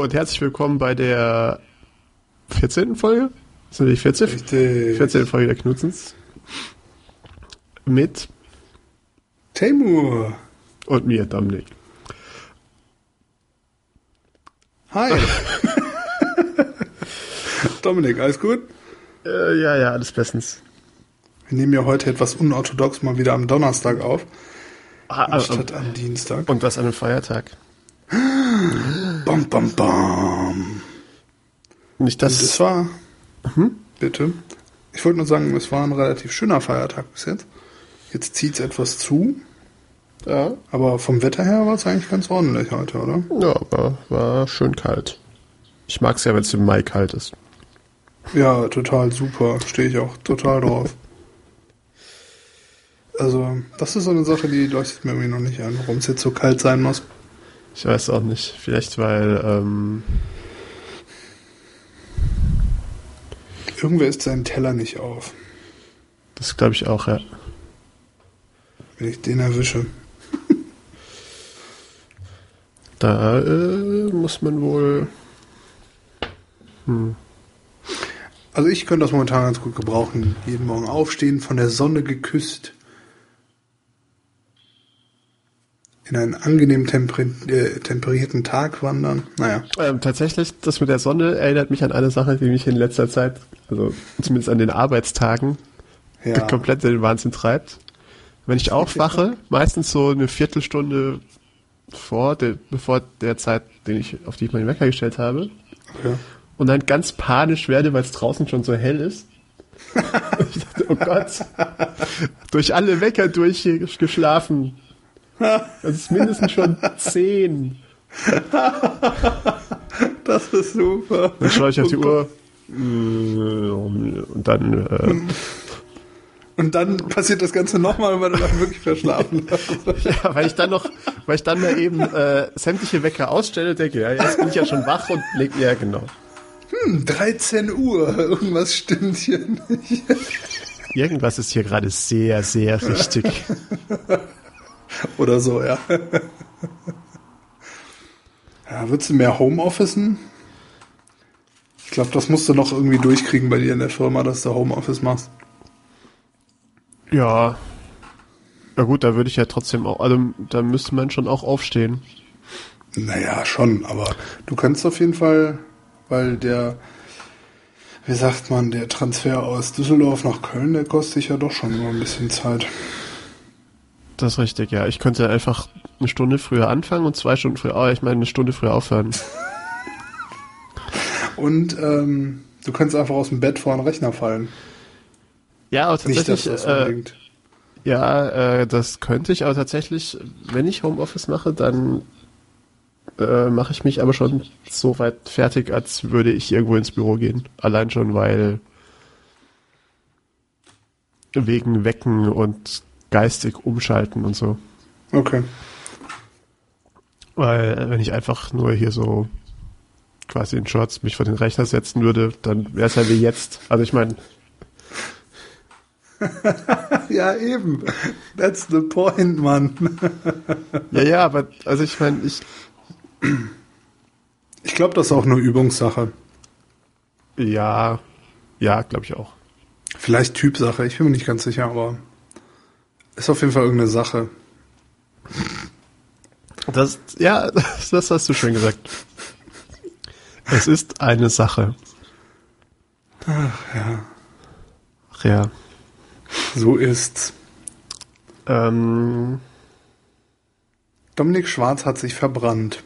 und herzlich willkommen bei der 14. Folge. Sind wir die 14? Richtig. 14. Folge der Knutzens. Mit Temur. Und mir, Dominik. Hi. Dominik, alles gut? Ja, alles bestens. Wir nehmen ja heute etwas unorthodox mal wieder am Donnerstag auf. Anstatt am Dienstag. Und was an einem Feiertag? Bam, bam, bam. Nicht das. Und es war... Bitte? Ich wollte nur sagen, es war ein relativ schöner Feiertag bis jetzt. Jetzt zieht es etwas zu. Ja. Aber vom Wetter her war es eigentlich ganz ordentlich heute, oder? Ja, war schön kalt. Ich mag es ja, wenn es im Mai kalt ist. Ja, total super. Stehe ich auch total drauf. Also, das ist so eine Sache, die leuchtet mir irgendwie noch nicht ein, warum es jetzt so kalt sein muss. Ich weiß auch nicht. Vielleicht, weil, Irgendwer isst seinen Teller nicht auf. das glaube ich auch, ja. Wenn ich den erwische. Da muss man wohl... Also ich könnte das momentan ganz gut gebrauchen. Jeden Morgen aufstehen, von der Sonne geküsst. In einen angenehm temperierten Tag wandern. Naja. Tatsächlich, das mit der Sonne erinnert mich an eine Sache, die mich in letzter Zeit, also zumindest an den Arbeitstagen, Ja. komplett in den Wahnsinn treibt. Wenn ich aufwache, meistens so eine Viertelstunde bevor der Zeit, auf die ich meinen Wecker gestellt habe, Okay. und dann ganz panisch werde, weil es draußen schon so hell ist. Ich dachte, oh Gott, durch alle Wecker durchgeschlafen. Das ist mindestens schon 10. Das ist super. Dann schaue ich auf die Uhr und dann Und dann passiert das Ganze nochmal, weil du dann wirklich verschlafen hast. ja, weil ich dann mal eben sämtliche Wecker ausstelle und denke, ja, jetzt bin ich ja schon wach und ja, genau. 13 Uhr, irgendwas stimmt hier nicht. Irgendwas ist hier gerade sehr, sehr richtig. Oder so, ja. Ja, würdest du mehr Homeofficen? Ich glaube, das musst du noch irgendwie durchkriegen bei dir in der Firma, dass du Homeoffice machst. Ja. Ja gut, da würde ich ja trotzdem auch, also da müsste man schon auch aufstehen. Naja, schon, aber du kannst auf jeden Fall, weil der Transfer aus Düsseldorf nach Köln, der kostet dich ja doch schon immer ein bisschen Zeit. Das ist richtig, ja. Ich könnte einfach eine Stunde früher anfangen und 2 Stunden früher, eine Stunde früher aufhören. Und du kannst einfach aus dem Bett vor den Rechner fallen. Ja, aber Nicht, dass tatsächlich, das unbedingt. das könnte ich, aber tatsächlich, wenn ich Homeoffice mache, dann mache ich mich aber schon so weit fertig, als würde ich irgendwo ins Büro gehen. Allein schon, weil wegen Wecken und geistig umschalten und so. Okay. Weil wenn ich einfach nur hier so quasi in Shorts mich vor den Rechner setzen würde, dann wäre es ja wie jetzt. Also ich meine... Ja, eben. That's the point, Mann. Ja, aber also ich meine, Ich glaube, das ist auch nur Übungssache. Ja, glaube ich auch. Vielleicht Typsache, ich bin mir nicht ganz sicher, aber ist auf jeden Fall irgendeine Sache. Das hast du schön gesagt. Es ist eine Sache. Ach ja. Ach ja. So ist's. Dominik Schwarz hat sich verbrannt.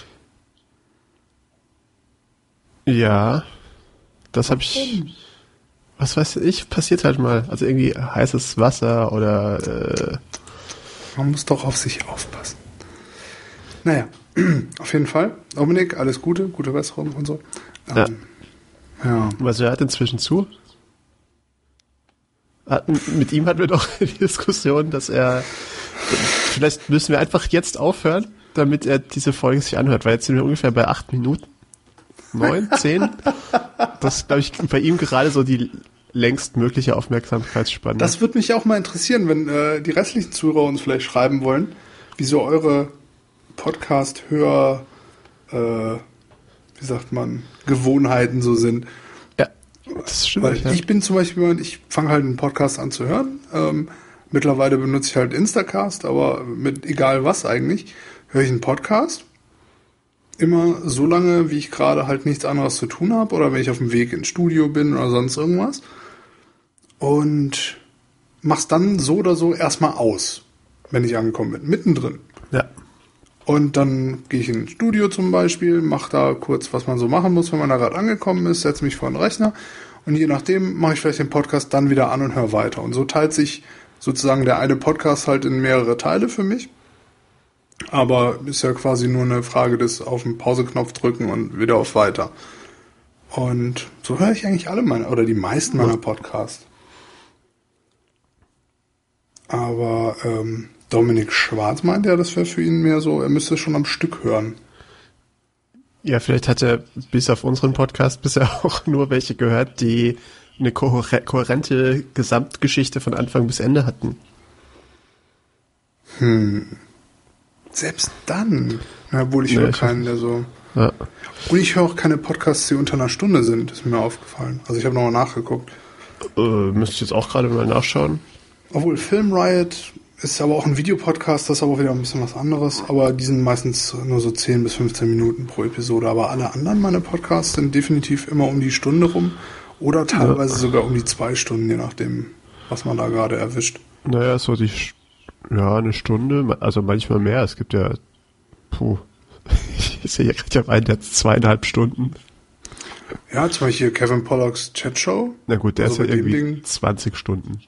Ja, das habe ich... Was weiß ich, passiert halt mal. Also irgendwie heißes Wasser oder... Man muss doch auf sich aufpassen. Naja, auf jeden Fall. Dominik, alles Gute, gute Besserung und so. Ja. Was hört inzwischen zu? Mit ihm hatten wir doch die Diskussion, dass er... Vielleicht müssen wir einfach jetzt aufhören, damit er diese Folge sich anhört, weil jetzt sind wir ungefähr bei 8 Minuten. 9, 10. Das ist, glaube ich, bei ihm gerade so die längst mögliche Aufmerksamkeitsspanne. Das würde mich auch mal interessieren, wenn die restlichen Zuhörer uns vielleicht schreiben wollen, wieso eure Podcast-Hör wie sagt man, Gewohnheiten so sind. Ja, das stimmt. Weil ich bin zum Beispiel jemand, ich fange halt einen Podcast an zu hören. Mittlerweile benutze ich halt Instacast, aber mit egal was eigentlich, höre ich einen Podcast. Immer so lange, wie ich gerade halt nichts anderes zu tun habe oder wenn ich auf dem Weg ins Studio bin oder sonst irgendwas. Und mach's dann so oder so erstmal aus, wenn ich angekommen bin, mittendrin. Ja. Und dann gehe ich ins Studio zum Beispiel, mache da kurz, was man so machen muss, wenn man da gerade angekommen ist, setze mich vor den Rechner und je nachdem mache ich vielleicht den Podcast dann wieder an und höre weiter. Und so teilt sich sozusagen der eine Podcast halt in mehrere Teile für mich. Aber ist ja quasi nur eine Frage des auf den Pauseknopf drücken und wieder auf weiter. Und so höre ich eigentlich alle meine, oder die meisten meiner Podcasts. Aber Dominik Schwarz meint ja, das wäre für ihn mehr so, er müsste es schon am Stück hören. Ja, vielleicht hat er bis auf unseren Podcast bisher auch nur welche gehört, die eine kohärente Gesamtgeschichte von Anfang bis Ende hatten. Selbst dann. Ja, obwohl ich höre keinen, der so... Ja. Und ich höre auch keine Podcasts, die unter einer Stunde sind, ist mir aufgefallen. Also ich habe nochmal nachgeguckt. Müsste ich jetzt auch gerade mal nachschauen. Obwohl Film Riot ist aber auch ein Videopodcast, das ist aber wieder ein bisschen was anderes. Aber die sind meistens nur so 10 bis 15 Minuten pro Episode. Aber alle anderen meine Podcasts sind definitiv immer um die Stunde rum. Oder teilweise sogar um die 2 Stunden, je nachdem, was man da gerade erwischt. Naja, so eine Stunde, also manchmal mehr. Es gibt ja, ich sehe ja gerade auf einen, der hat 2,5 Stunden. Ja, zum Beispiel Kevin Pollacks Chat-Show. Na gut, der Also ist ja irgendwie Ding 20 Stunden.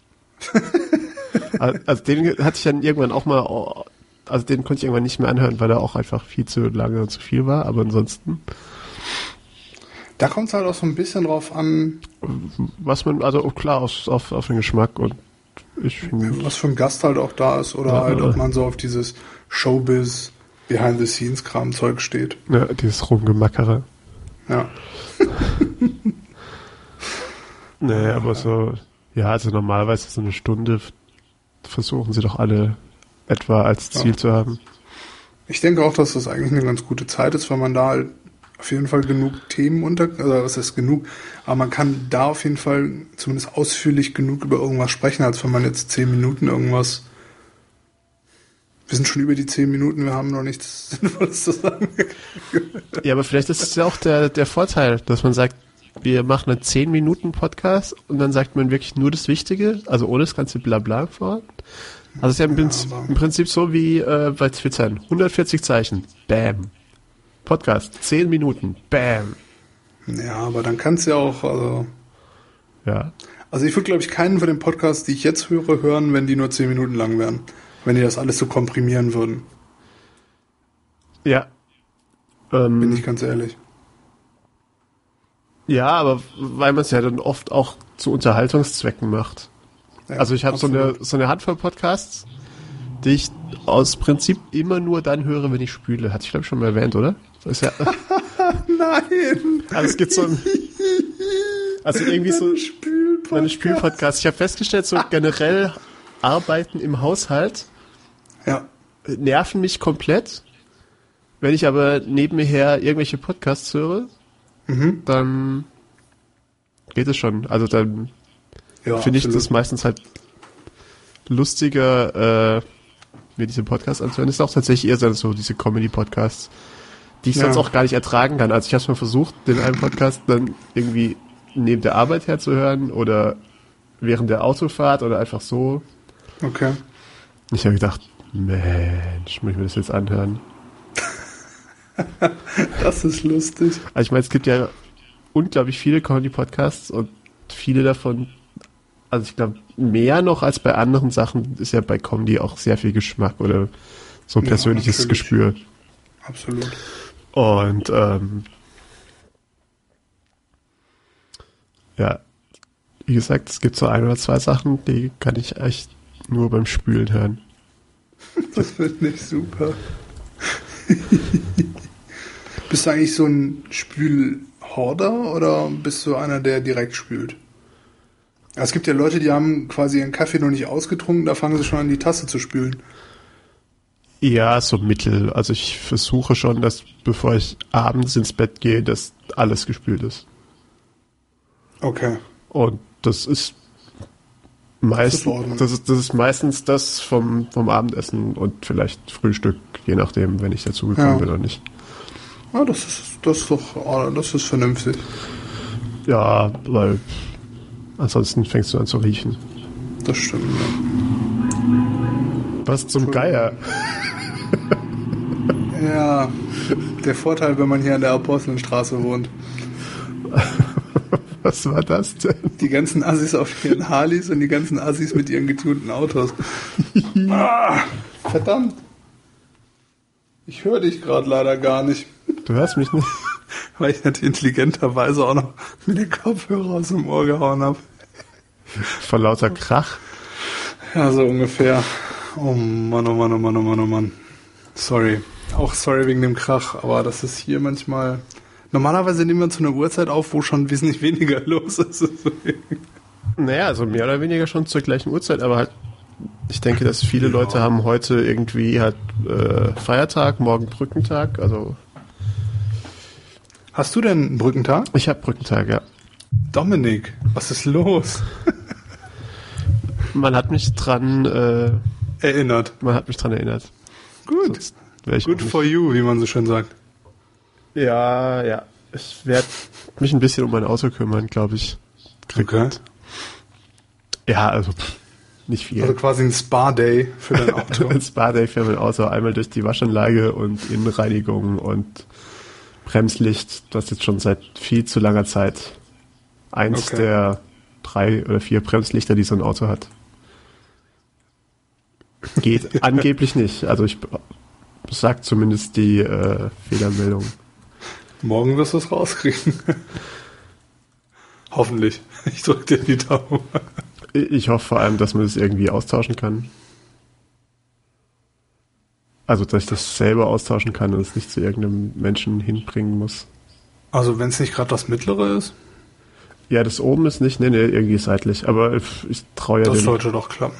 Also den hatte ich dann irgendwann auch mal, also den konnte ich irgendwann nicht mehr anhören, weil er auch einfach viel zu lange und zu viel war, aber ansonsten. Da kommt es halt auch so ein bisschen drauf an. Was man, also klar, auf den Geschmack und ich finde. Was für ein Gast halt auch da ist oder halt, ob man so auf dieses Showbiz, Behind-the-Scenes-Kram-Zeug steht. Ja, dieses Rumgemackere. Ja. Nee, aber so, ja, also normalerweise so eine Stunde versuchen sie doch alle etwa als Ziel zu haben. Ich denke auch, dass das eigentlich eine ganz gute Zeit ist, weil man da halt auf jeden Fall genug Themen oder was heißt genug, aber man kann da auf jeden Fall zumindest ausführlich genug über irgendwas sprechen, als wenn man jetzt 10 Minuten irgendwas. Wir sind schon über die 10 Minuten, wir haben noch nichts Sinnvolles zu sagen. Ja, aber vielleicht ist es ja auch der Vorteil, dass man sagt, wir machen einen 10-Minuten-Podcast und dann sagt man wirklich nur das Wichtige, also ohne das ganze Blabla vor. Also es ist ja im Prinzip so wie bei Twitter, 140 Zeichen, bam. Podcast, 10 Minuten, bam. Ja, aber dann kannst du ja auch, also... Ja. Also ich würde, glaube ich, keinen von den Podcasts, die ich jetzt höre, hören, wenn die nur 10 Minuten lang wären. Wenn die das alles so komprimieren würden. Ja. Bin ich ganz ehrlich. Ja, aber weil man es ja dann oft auch zu Unterhaltungszwecken macht. Ja, also ich habe so eine Handvoll Podcasts, die ich aus Prinzip immer nur dann höre, wenn ich spüle. Hatte ich, glaube ich, schon mal erwähnt, oder? Das ist ja, Nein! also es gibt so ein... Also irgendwie so... Meine Spülpodcasts. Ich habe festgestellt, so generell Arbeiten im Haushalt nerven mich komplett. Wenn ich aber nebenher irgendwelche Podcasts höre, dann geht es schon. Also dann finde ich das meistens halt lustiger, mir diese Podcasts anzuhören. Das ist auch tatsächlich eher so diese Comedy-Podcasts, die ich sonst auch gar nicht ertragen kann. Also ich habe es mal versucht, den einen Podcast dann irgendwie neben der Arbeit herzuhören oder während der Autofahrt oder einfach so. Okay. Ich habe gedacht, Mensch, muss ich mir das jetzt anhören? Das ist lustig. Also ich meine, es gibt ja unglaublich viele Comedy-Podcasts und viele davon, also ich glaube, mehr noch als bei anderen Sachen ist ja bei Comedy auch sehr viel Geschmack oder so ein persönliches Gespür. Absolut. Und ja, wie gesagt, es gibt so 1 oder 2 Sachen, die kann ich echt nur beim Spülen hören. Das wird nicht super. Bist du eigentlich so ein Spülhorder oder bist du einer, der direkt spült? Es gibt ja Leute, die haben quasi ihren Kaffee noch nicht ausgetrunken, da fangen sie schon an, die Tasse zu spülen. Ja, so mittel. Also ich versuche schon, dass bevor ich abends ins Bett gehe, dass alles gespült ist. Okay. Und das ist meistens das vom Abendessen und vielleicht Frühstück, je nachdem, wenn ich dazu gekommen bin oder nicht. Ja, das ist vernünftig. Ja, weil ansonsten fängst du an zu riechen. Das stimmt, ja. Was zum Geier? Ja, der Vorteil, wenn man hier an der Apostelstraße wohnt. Was war das denn? Die ganzen Assis auf ihren Harleys und die ganzen Assis mit ihren getunten Autos. Verdammt. Ich höre dich gerade leider gar nicht. Du hörst mich nicht? Weil ich natürlich intelligenterweise auch noch mit den Kopfhörer aus dem Ohr gehauen habe. Vor lauter Krach? Ja, so ungefähr. Oh Mann, oh Mann, oh Mann, oh Mann, oh Mann. Sorry. Auch sorry wegen dem Krach, aber das ist hier manchmal... Normalerweise nehmen wir zu einer Uhrzeit auf, wo schon wesentlich weniger los ist. Naja, also mehr oder weniger schon zur gleichen Uhrzeit, aber halt, ich denke, dass viele Leute haben heute irgendwie halt Feiertag, morgen Brückentag, also... Hast du denn einen Brückentag? Ich habe Brückentag, ja. Dominik, was ist los? Man hat mich dran erinnert. Gut. Good for you, wie man so schön sagt. Ja. Ich werde mich ein bisschen um mein Auto kümmern, glaube ich. Okay. Ja, also nicht viel. Also quasi ein Spa-Day für dein Auto. Ein Spa-Day für mein Auto. Einmal durch die Waschanlage und Innenreinigung und Bremslicht. Das ist jetzt schon seit viel zu langer Zeit eins der 3 oder 4 Bremslichter, die so ein Auto hat. Geht angeblich nicht. Also sagt zumindest die Fehlermeldung. Morgen wirst du es rauskriegen. Hoffentlich. Ich drücke dir die Daumen. Ich hoffe vor allem, dass man das irgendwie austauschen kann. Also, dass ich das selber austauschen kann und es nicht zu irgendeinem Menschen hinbringen muss. Also, wenn es nicht gerade das mittlere ist? Ja, das oben ist nicht, nee, irgendwie seitlich. Aber ich traue ja das sollte doch klappen.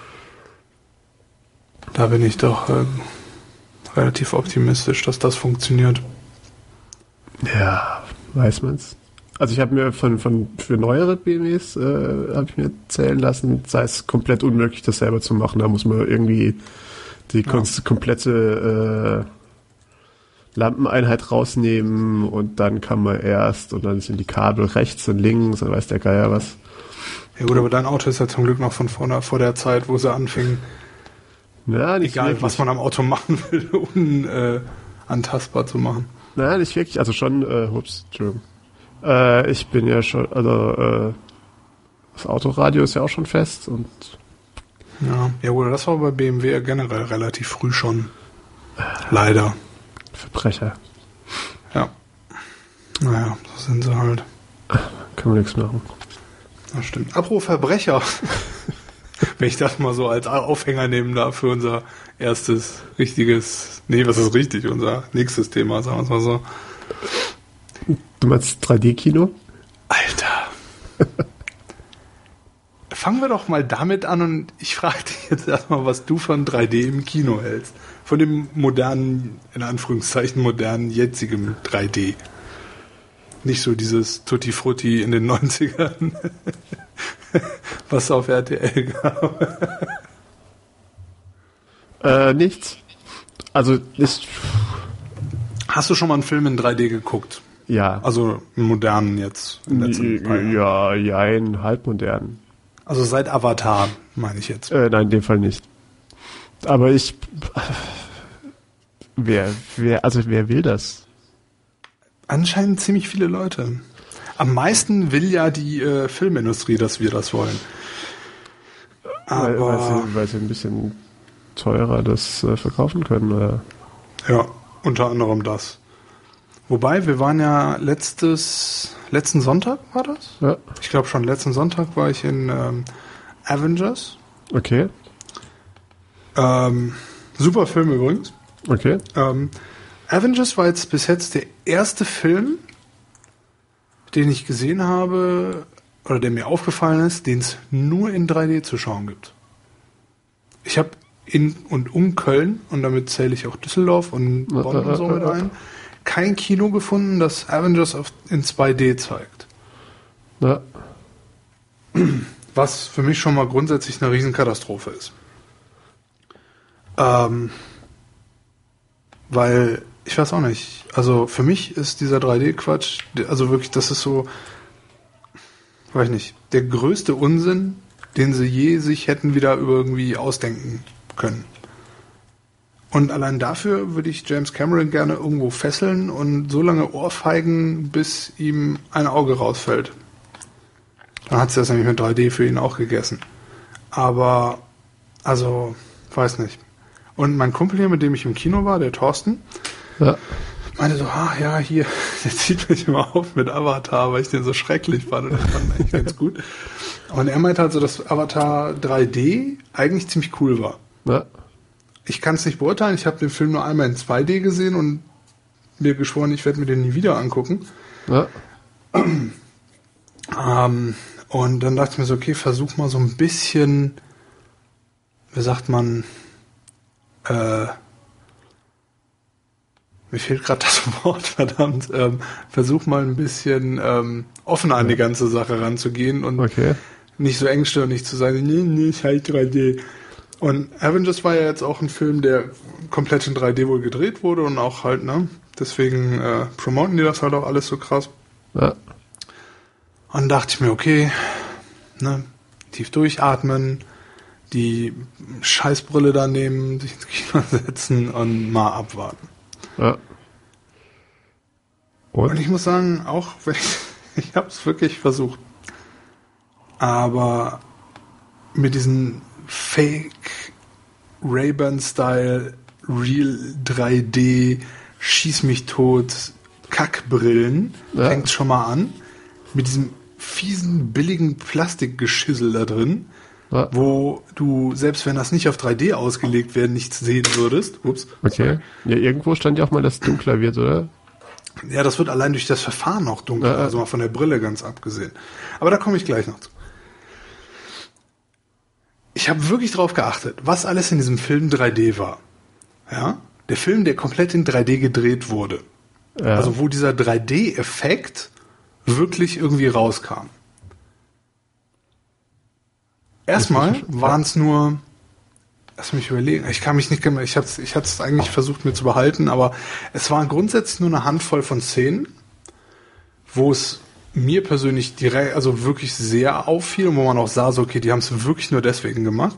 Da bin ich doch relativ optimistisch, dass das funktioniert. Ja, weiß man's. Also ich habe mir für neuere BMWs habe ich mir erzählen lassen, sei es komplett unmöglich, das selber zu machen. Da muss man irgendwie die komplette Lampeneinheit rausnehmen und dann kann man erst und dann sind die Kabel rechts und links und weiß der Geier was. Ja gut, aber dein Auto ist ja zum Glück noch von vor der Zeit, wo sie anfingen. Ja, nicht egal, wirklich. Was man am Auto machen will, unantastbar zu machen. Naja, nicht wirklich. Also schon, Entschuldigung. Ich bin ja schon, also das Autoradio ist ja auch schon fest und ja gut, das war bei BMW ja generell relativ früh schon. Leider. Verbrecher. Ja. Naja, so sind sie halt. Können wir nichts machen. Das stimmt. Apropos Verbrecher. Wenn ich das mal so als Aufhänger nehmen darf für unser erstes richtiges, was ist richtig, unser nächstes Thema, sagen wir es mal so. Du meinst 3D-Kino? Alter. Fangen wir doch mal damit an und ich frage dich jetzt erstmal, was du von 3D im Kino hältst. Von dem modernen, in Anführungszeichen modernen, jetzigen 3D. Nicht so dieses Tutti Frutti in den 90ern, was es auf RTL gab. Nichts. Also Hast du schon mal einen Film in 3D geguckt? Ja. Also einen modernen jetzt. In letzten paar Jahren. Ja, einen halbmodernen. Also seit Avatar, meine ich jetzt. Nein, in dem Fall nicht. Aber wer will das? Anscheinend ziemlich viele Leute. Am meisten will ja die Filmindustrie, dass wir das wollen. Aber Weil sie ein bisschen teurer das verkaufen können, oder? Ja, unter anderem das. Wobei, wir waren ja letzten Sonntag, war das? Ja. Ich glaube schon, letzten Sonntag war ich in Avengers. Okay. Super Film übrigens. Okay. Avengers war jetzt bis jetzt der erste Film, den ich gesehen habe, oder der mir aufgefallen ist, den es nur in 3D zu schauen gibt. Ich habe in und um Köln, und damit zähle ich auch Düsseldorf und Bonn und so mit ein, kein Kino gefunden, das Avengers in 2D zeigt. Ja. Was für mich schon mal grundsätzlich eine Riesenkatastrophe ist. Weil, ich weiß auch nicht, also für mich ist dieser 3D-Quatsch, also wirklich, das ist so, weiß nicht, der größte Unsinn, den sie je sich hätten wieder irgendwie ausdenken können. Und allein dafür würde ich James Cameron gerne irgendwo fesseln und so lange ohrfeigen, bis ihm ein Auge rausfällt. Dann hat es das nämlich mit 3D für ihn auch gegessen. Aber, also, weiß nicht. Und mein Kumpel hier, mit dem ich im Kino war, der Thorsten, meinte so, ja, hier, der zieht mich immer auf mit Avatar, weil ich den so schrecklich fand, und ich fand ihn eigentlich ganz gut. Und er meinte halt so, dass Avatar 3D eigentlich ziemlich cool war. Ja. Ich kann es nicht beurteilen, ich habe den Film nur einmal in 2D gesehen und mir geschworen, ich werde mir den nie wieder angucken. Ja. Und dann dachte ich mir so, okay, versuch mal so ein bisschen, wie sagt man, mir fehlt gerade das Wort, verdammt, versuch mal ein bisschen offener an die ganze Sache ranzugehen und nicht so engstirnig zu sein, nee, ich halt 3D. Und Avengers war ja jetzt auch ein Film, der komplett in 3D wohl gedreht wurde und auch halt, ne, deswegen promoten die das halt auch alles so krass. Ja. Und dachte ich mir, okay, ne, tief durchatmen, die Scheißbrille da nehmen, sich ins Kino setzen und mal abwarten. Ja. Und ich muss sagen, auch wenn ich habe es wirklich versucht, aber mit diesen Fake Ray-Ban-Style Real 3D Schieß mich tot Kackbrillen fängt schon mal an, mit diesem fiesen billigen Plastikgeschissel da drin, wo du, selbst wenn das nicht auf 3D ausgelegt wäre, nichts sehen würdest. Ups. Okay. Ja, irgendwo stand ja auch mal, dass es dunkler wird, oder? Ja, das wird allein durch das Verfahren noch dunkler, also mal von der Brille ganz abgesehen. Aber da komme ich gleich noch zu. Ich habe wirklich drauf geachtet, was alles in diesem Film 3D war. Ja? Der Film, der komplett in 3D gedreht wurde. Ja. Also wo dieser 3D-Effekt wirklich irgendwie rauskam. Erstmal waren es nur, lass mich überlegen, ich kann mich nicht, ich hatte es eigentlich versucht mir zu behalten, aber es waren grundsätzlich nur eine Handvoll von Szenen, wo es mir persönlich direkt, also wirklich sehr auffiel und wo man auch sah, so okay, die haben es wirklich nur deswegen gemacht.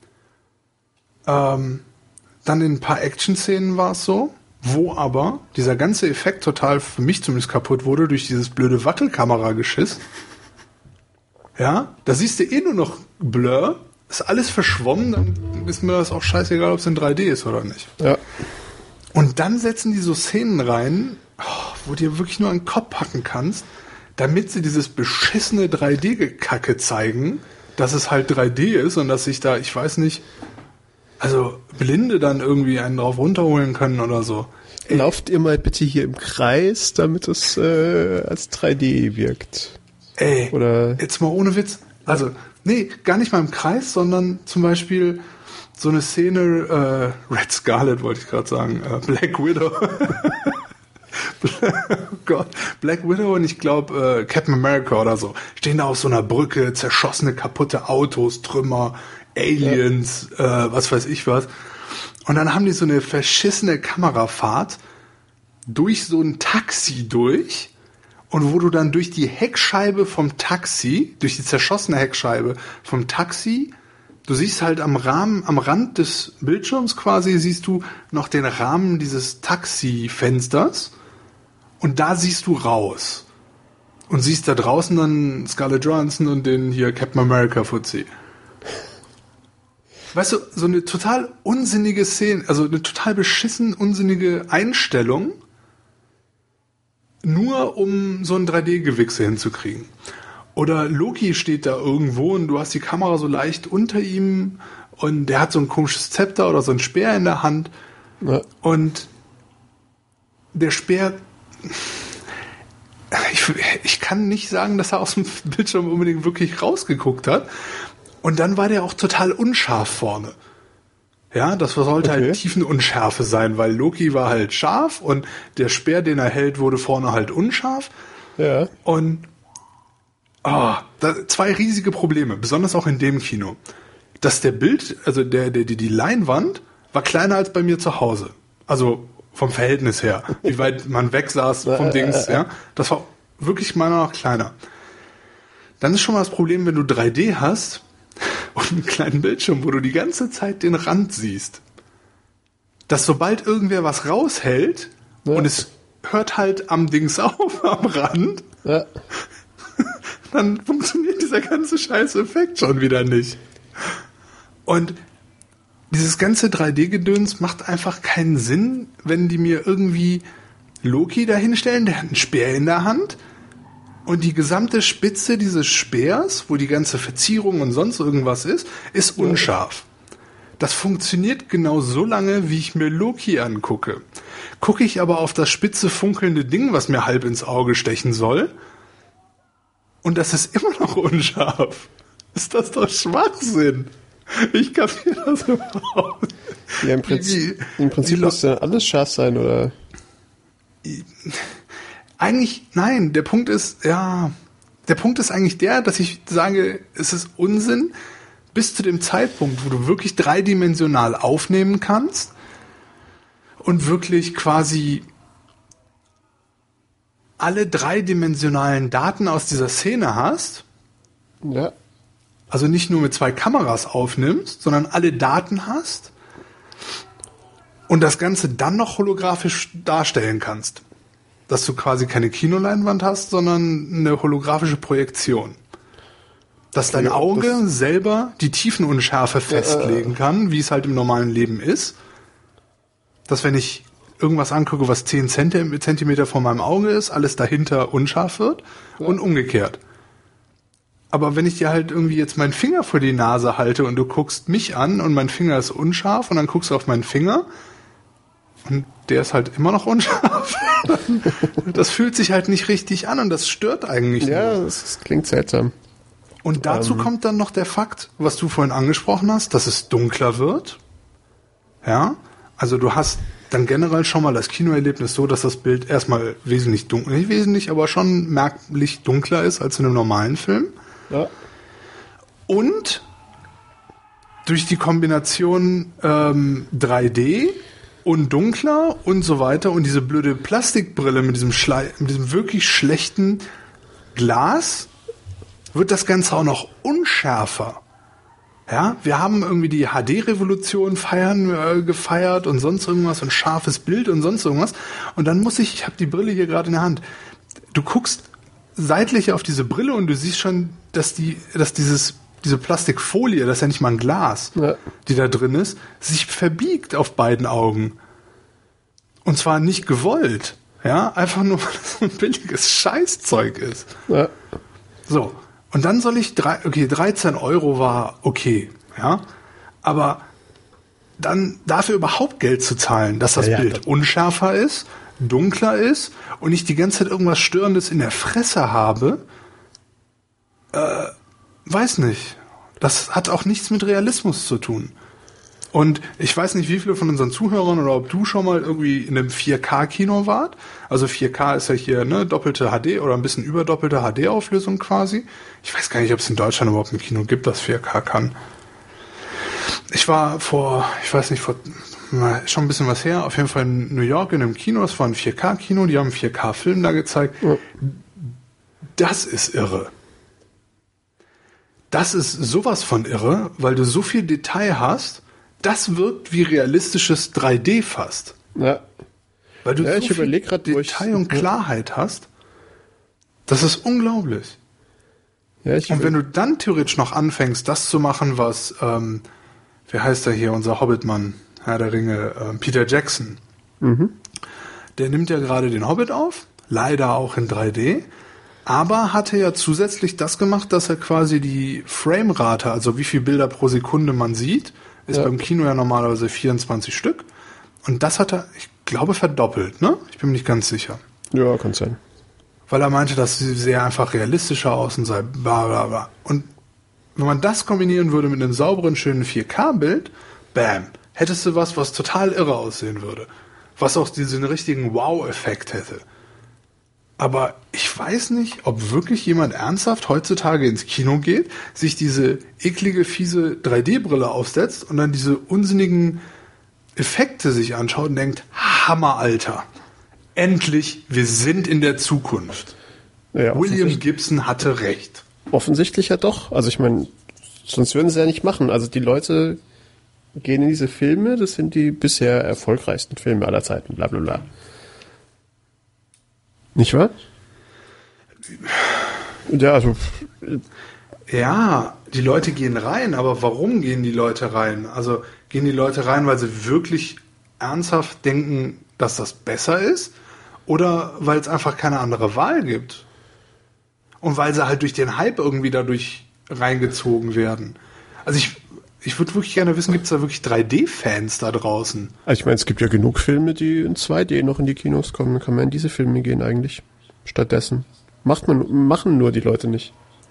Dann in ein paar Action-Szenen war es so, wo aber dieser ganze Effekt total, für mich zumindest, kaputt wurde durch dieses blöde Wackelkamera-Geschiss. Ja, da siehst du eh nur noch Blur, ist alles verschwommen, dann ist mir das auch scheißegal, ob es in 3D ist oder nicht. Ja. Und dann setzen die so Szenen rein, wo du dir wirklich nur an den Kopf packen kannst, damit sie dieses beschissene 3D-Gekacke zeigen, dass es halt 3D ist und dass sich da, ich weiß nicht, also Blinde dann irgendwie einen drauf runterholen können oder so. Lauft ihr mal bitte hier im Kreis, damit es als 3D wirkt. Ey, oder jetzt mal ohne Witz. Also, nee, gar nicht mal im Kreis, sondern zum Beispiel so eine Szene, Red Scarlet wollte ich gerade sagen, Black Widow. Oh Gott, Black Widow und ich glaube Captain America oder so. Stehen da auf so einer Brücke, zerschossene, kaputte Autos, Trümmer, Aliens, was weiß ich was. Und dann haben die so eine verschissene Kamerafahrt durch so ein Taxi durch. Und wo du dann durch die Heckscheibe vom Taxi, durch die zerschossene Heckscheibe vom Taxi, du siehst halt am Rand des Bildschirms quasi, siehst du noch den Rahmen dieses Taxifensters und da siehst du raus. Und siehst da draußen dann Scarlett Johansson und den hier Captain America Fuzzi. Weißt du, so eine total unsinnige Szene, also eine total beschissen unsinnige Einstellung, nur um so ein 3D-Gewichse hinzukriegen. Oder Loki steht da irgendwo und du hast die Kamera so leicht unter ihm und der hat so ein komisches Zepter oder so ein Speer in der Hand. Ja. Und der Speer, ich kann nicht sagen, dass er aus dem Bildschirm unbedingt wirklich rausgeguckt hat. Und dann war der auch total unscharf vorne. Ja, das sollte Okay. halt Tiefenunschärfe sein, weil Loki war halt scharf und der Speer, den er hält, wurde vorne halt unscharf. Ja. Und zwei riesige Probleme, besonders auch in dem Kino. Dass der Bild, also die Leinwand war kleiner als bei mir zu Hause. Also vom Verhältnis her, wie weit man weg saß vom Dings, ja. Das war wirklich meiner Meinung nach kleiner. Dann ist schon mal das Problem, wenn du 3D hast und einen kleinen Bildschirm, wo du die ganze Zeit den Rand siehst. Dass sobald irgendwer was raushält und es hört halt am Dings auf, am Rand, dann funktioniert dieser ganze scheiß Effekt schon wieder nicht. Und dieses ganze 3D-Gedöns macht einfach keinen Sinn, wenn die mir irgendwie Loki dahinstellen, der hat einen Speer in der Hand und die gesamte Spitze dieses Speers, wo die ganze Verzierung und sonst irgendwas ist unscharf. Das funktioniert genau so lange, wie ich mir Loki angucke. Gucke ich aber auf das spitze funkelnde Ding, was mir halb ins Auge stechen soll, und das ist immer noch unscharf. Ist das doch Schwachsinn? Ich kapiere das überhaupt nicht. Ja, im Prinzip muss ja alles scharf sein, oder? Eigentlich, nein. Der Punkt ist eigentlich der, dass ich sage, es ist Unsinn, bis zu dem Zeitpunkt, wo du wirklich dreidimensional aufnehmen kannst und wirklich quasi alle dreidimensionalen Daten aus dieser Szene hast. Ja. Also nicht nur mit 2 Kameras aufnimmst, sondern alle Daten hast und das Ganze dann noch holographisch darstellen kannst. Dass du quasi keine Kinoleinwand hast, sondern eine holographische Projektion. Dass dein Auge selber die Tiefenunschärfe festlegen kann, wie es halt im normalen Leben ist. Dass wenn ich irgendwas angucke, was 10 Zentimeter vor meinem Auge ist, alles dahinter unscharf wird und umgekehrt. Aber wenn ich dir halt irgendwie jetzt meinen Finger vor die Nase halte und du guckst mich an und mein Finger ist unscharf und dann guckst du auf meinen Finger und der ist halt immer noch unscharf, das fühlt sich halt nicht richtig an und das stört eigentlich nur. Ja, das klingt seltsam. Und dazu kommt dann noch der Fakt, was du vorhin angesprochen hast, dass es dunkler wird. Ja, also du hast dann generell schon mal das Kinoerlebnis so, dass das Bild erstmal wesentlich dunkler, nicht wesentlich, aber schon merklich dunkler ist als in einem normalen Film. Ja. Und durch die Kombination 3D und dunkler und so weiter und diese blöde Plastikbrille mit diesem wirklich schlechten Glas wird das Ganze auch noch unschärfer. Ja, wir haben irgendwie die HD-Revolution gefeiert und sonst irgendwas und scharfes Bild und sonst irgendwas. Und dann ich habe die Brille hier gerade in der Hand. Du guckst seitlich auf diese Brille und du siehst schon, dass diese Plastikfolie, das ist ja nicht mal ein Glas, die da drin ist, sich verbiegt auf beiden Augen. Und zwar nicht gewollt. Ja, einfach nur, weil das so ein billiges Scheißzeug ist. Ja. So. Und dann soll ich 13 Euro war okay, ja. Aber dann dafür überhaupt Geld zu zahlen, dass das Bild unschärfer ist, dunkler ist und ich die ganze Zeit irgendwas Störendes in der Fresse habe, weiß nicht. Das hat auch nichts mit Realismus zu tun. Und ich weiß nicht, wie viele von unseren Zuhörern oder ob du schon mal irgendwie in einem 4K-Kino wart. Also 4K ist ja hier doppelte HD oder ein bisschen überdoppelte HD-Auflösung quasi. Ich weiß gar nicht, ob es in Deutschland überhaupt ein Kino gibt, das 4K kann. Ich war schon ein bisschen was her, auf jeden Fall in New York in einem Kino. Das war ein 4K-Kino, die haben einen 4K-Film da gezeigt. Ja. Das ist irre. Das ist sowas von irre, weil du so viel Detail hast. Das wirkt wie realistisches 3D fast. Ja. Weil du so viel Detail und Klarheit hast. Das ist unglaublich. Ja, und wenn du dann theoretisch noch anfängst, das zu machen, was, wie heißt der hier, unser Hobbitmann, Herr der Ringe, Peter Jackson. Mhm. Der nimmt ja gerade den Hobbit auf, leider auch in 3D, aber hatte ja zusätzlich das gemacht, dass er quasi die Framerate, also wie viele Bilder pro Sekunde man sieht, ist beim Kino ja normalerweise 24 Stück. Und das hat er, ich glaube, verdoppelt, ne? Ich bin mir nicht ganz sicher. Ja, kann sein. Weil er meinte, das sähe einfach realistischer aus und sei bla bla bla. Und wenn man das kombinieren würde mit einem sauberen, schönen 4K-Bild, bam, hättest du was total irre aussehen würde. Was auch diesen richtigen Wow-Effekt hätte. Aber ich weiß nicht, ob wirklich jemand ernsthaft heutzutage ins Kino geht, sich diese eklige, fiese 3D-Brille aufsetzt und dann diese unsinnigen Effekte sich anschaut und denkt, Hammer, Alter. Endlich, wir sind in der Zukunft. Ja, William Gibson hatte recht. Offensichtlich ja doch. Also ich meine, sonst würden sie ja nicht machen. Also die Leute gehen in diese Filme, das sind die bisher erfolgreichsten Filme aller Zeiten, bla bla bla. Nicht wahr? Ja, also. Ja, die Leute gehen rein, aber warum gehen die Leute rein? Also gehen die Leute rein, weil sie wirklich ernsthaft denken, dass das besser ist? Oder weil es einfach keine andere Wahl gibt? Und weil sie halt durch den Hype irgendwie dadurch reingezogen werden. Also ich würde wirklich gerne wissen, gibt es da wirklich 3D-Fans da draußen? Also ich meine, es gibt ja genug Filme, die in 2D noch in die Kinos kommen. Dann kann man in diese Filme gehen eigentlich. Stattdessen. Machen nur die Leute nicht.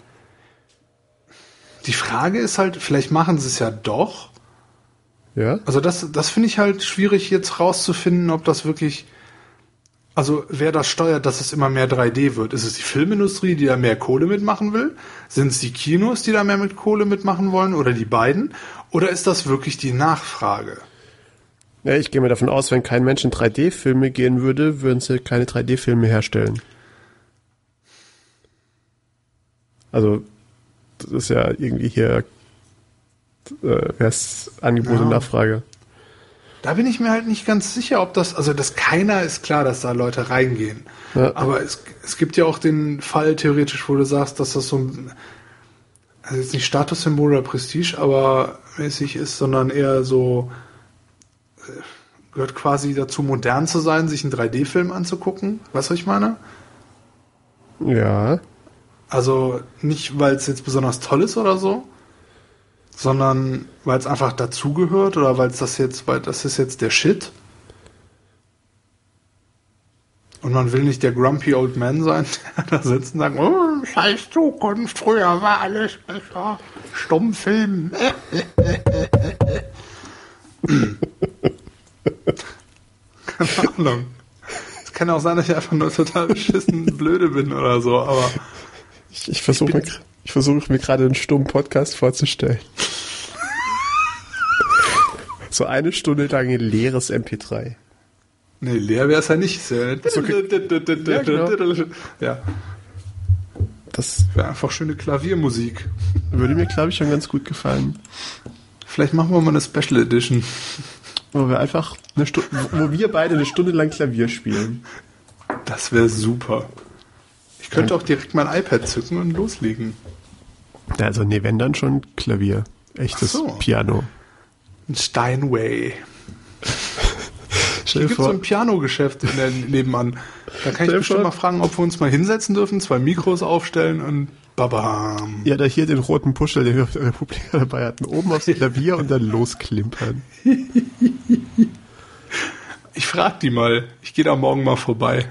Die Frage ist halt, vielleicht machen sie es ja doch. Ja? Also das finde ich halt schwierig jetzt rauszufinden, ob das wirklich, also wer das steuert, dass es immer mehr 3D wird. Ist es die Filmindustrie, die da mehr Kohle mitmachen will? Sind es die Kinos, die da mehr mit Kohle mitmachen wollen? Oder die beiden? Oder ist das wirklich die Nachfrage? Ja, ich gehe mir davon aus, wenn kein Mensch in 3D-Filme gehen würde, würden sie keine 3D-Filme herstellen. Also, das ist ja irgendwie hier Angebot und Nachfrage. Da bin ich mir halt nicht ganz sicher, ob das, also dass keiner ist klar, dass da Leute reingehen. Ja. Aber es gibt ja auch den Fall theoretisch, wo du sagst, dass das so ein, also jetzt nicht Statussymbol oder Prestige, aber mäßig ist, sondern eher so, gehört quasi dazu, modern zu sein, sich einen 3D-Film anzugucken. Weißt du, was ich meine? Ja. Also nicht, weil es jetzt besonders toll ist oder so, sondern weil es einfach dazugehört oder weil das ist jetzt der Shit. Und man will nicht der grumpy old man sein, der da sitzt und sagt, oh, scheiß Zukunft, früher war alles besser. Stummfilm. Keine Ahnung. Es kann auch sein, dass ich einfach nur total beschissen blöde bin oder so, aber Ich versuche mir gerade einen stummen Podcast vorzustellen. So eine Stunde lang ein leeres MP3. nee, leer wäre es ja nicht. Ja, genau. Ja, Das wäre einfach schöne Klaviermusik. würde mir, glaube ich, schon ganz gut gefallen. Vielleicht machen wir mal eine Special Edition. Wo wir beide eine Stunde lang Klavier spielen. Das wäre super. Ich könnte auch direkt mein iPad zücken und loslegen. Ja, also nee, wenn dann schon Klavier. Echtes Ach so. Piano. Ein Steinway. Stell Hier dir gibt es so vor, ein Pianogeschäft nebenan. Da kann ich Stell bestimmt vor- mal fragen, ob wir uns mal hinsetzen dürfen, 2 Mikros aufstellen und babam. ja, da hier den roten Puschel, den wir auf der Republik dabei hatten, oben aufs Klavier und dann losklimpern. Ich frag die mal. Ich gehe da morgen mal vorbei.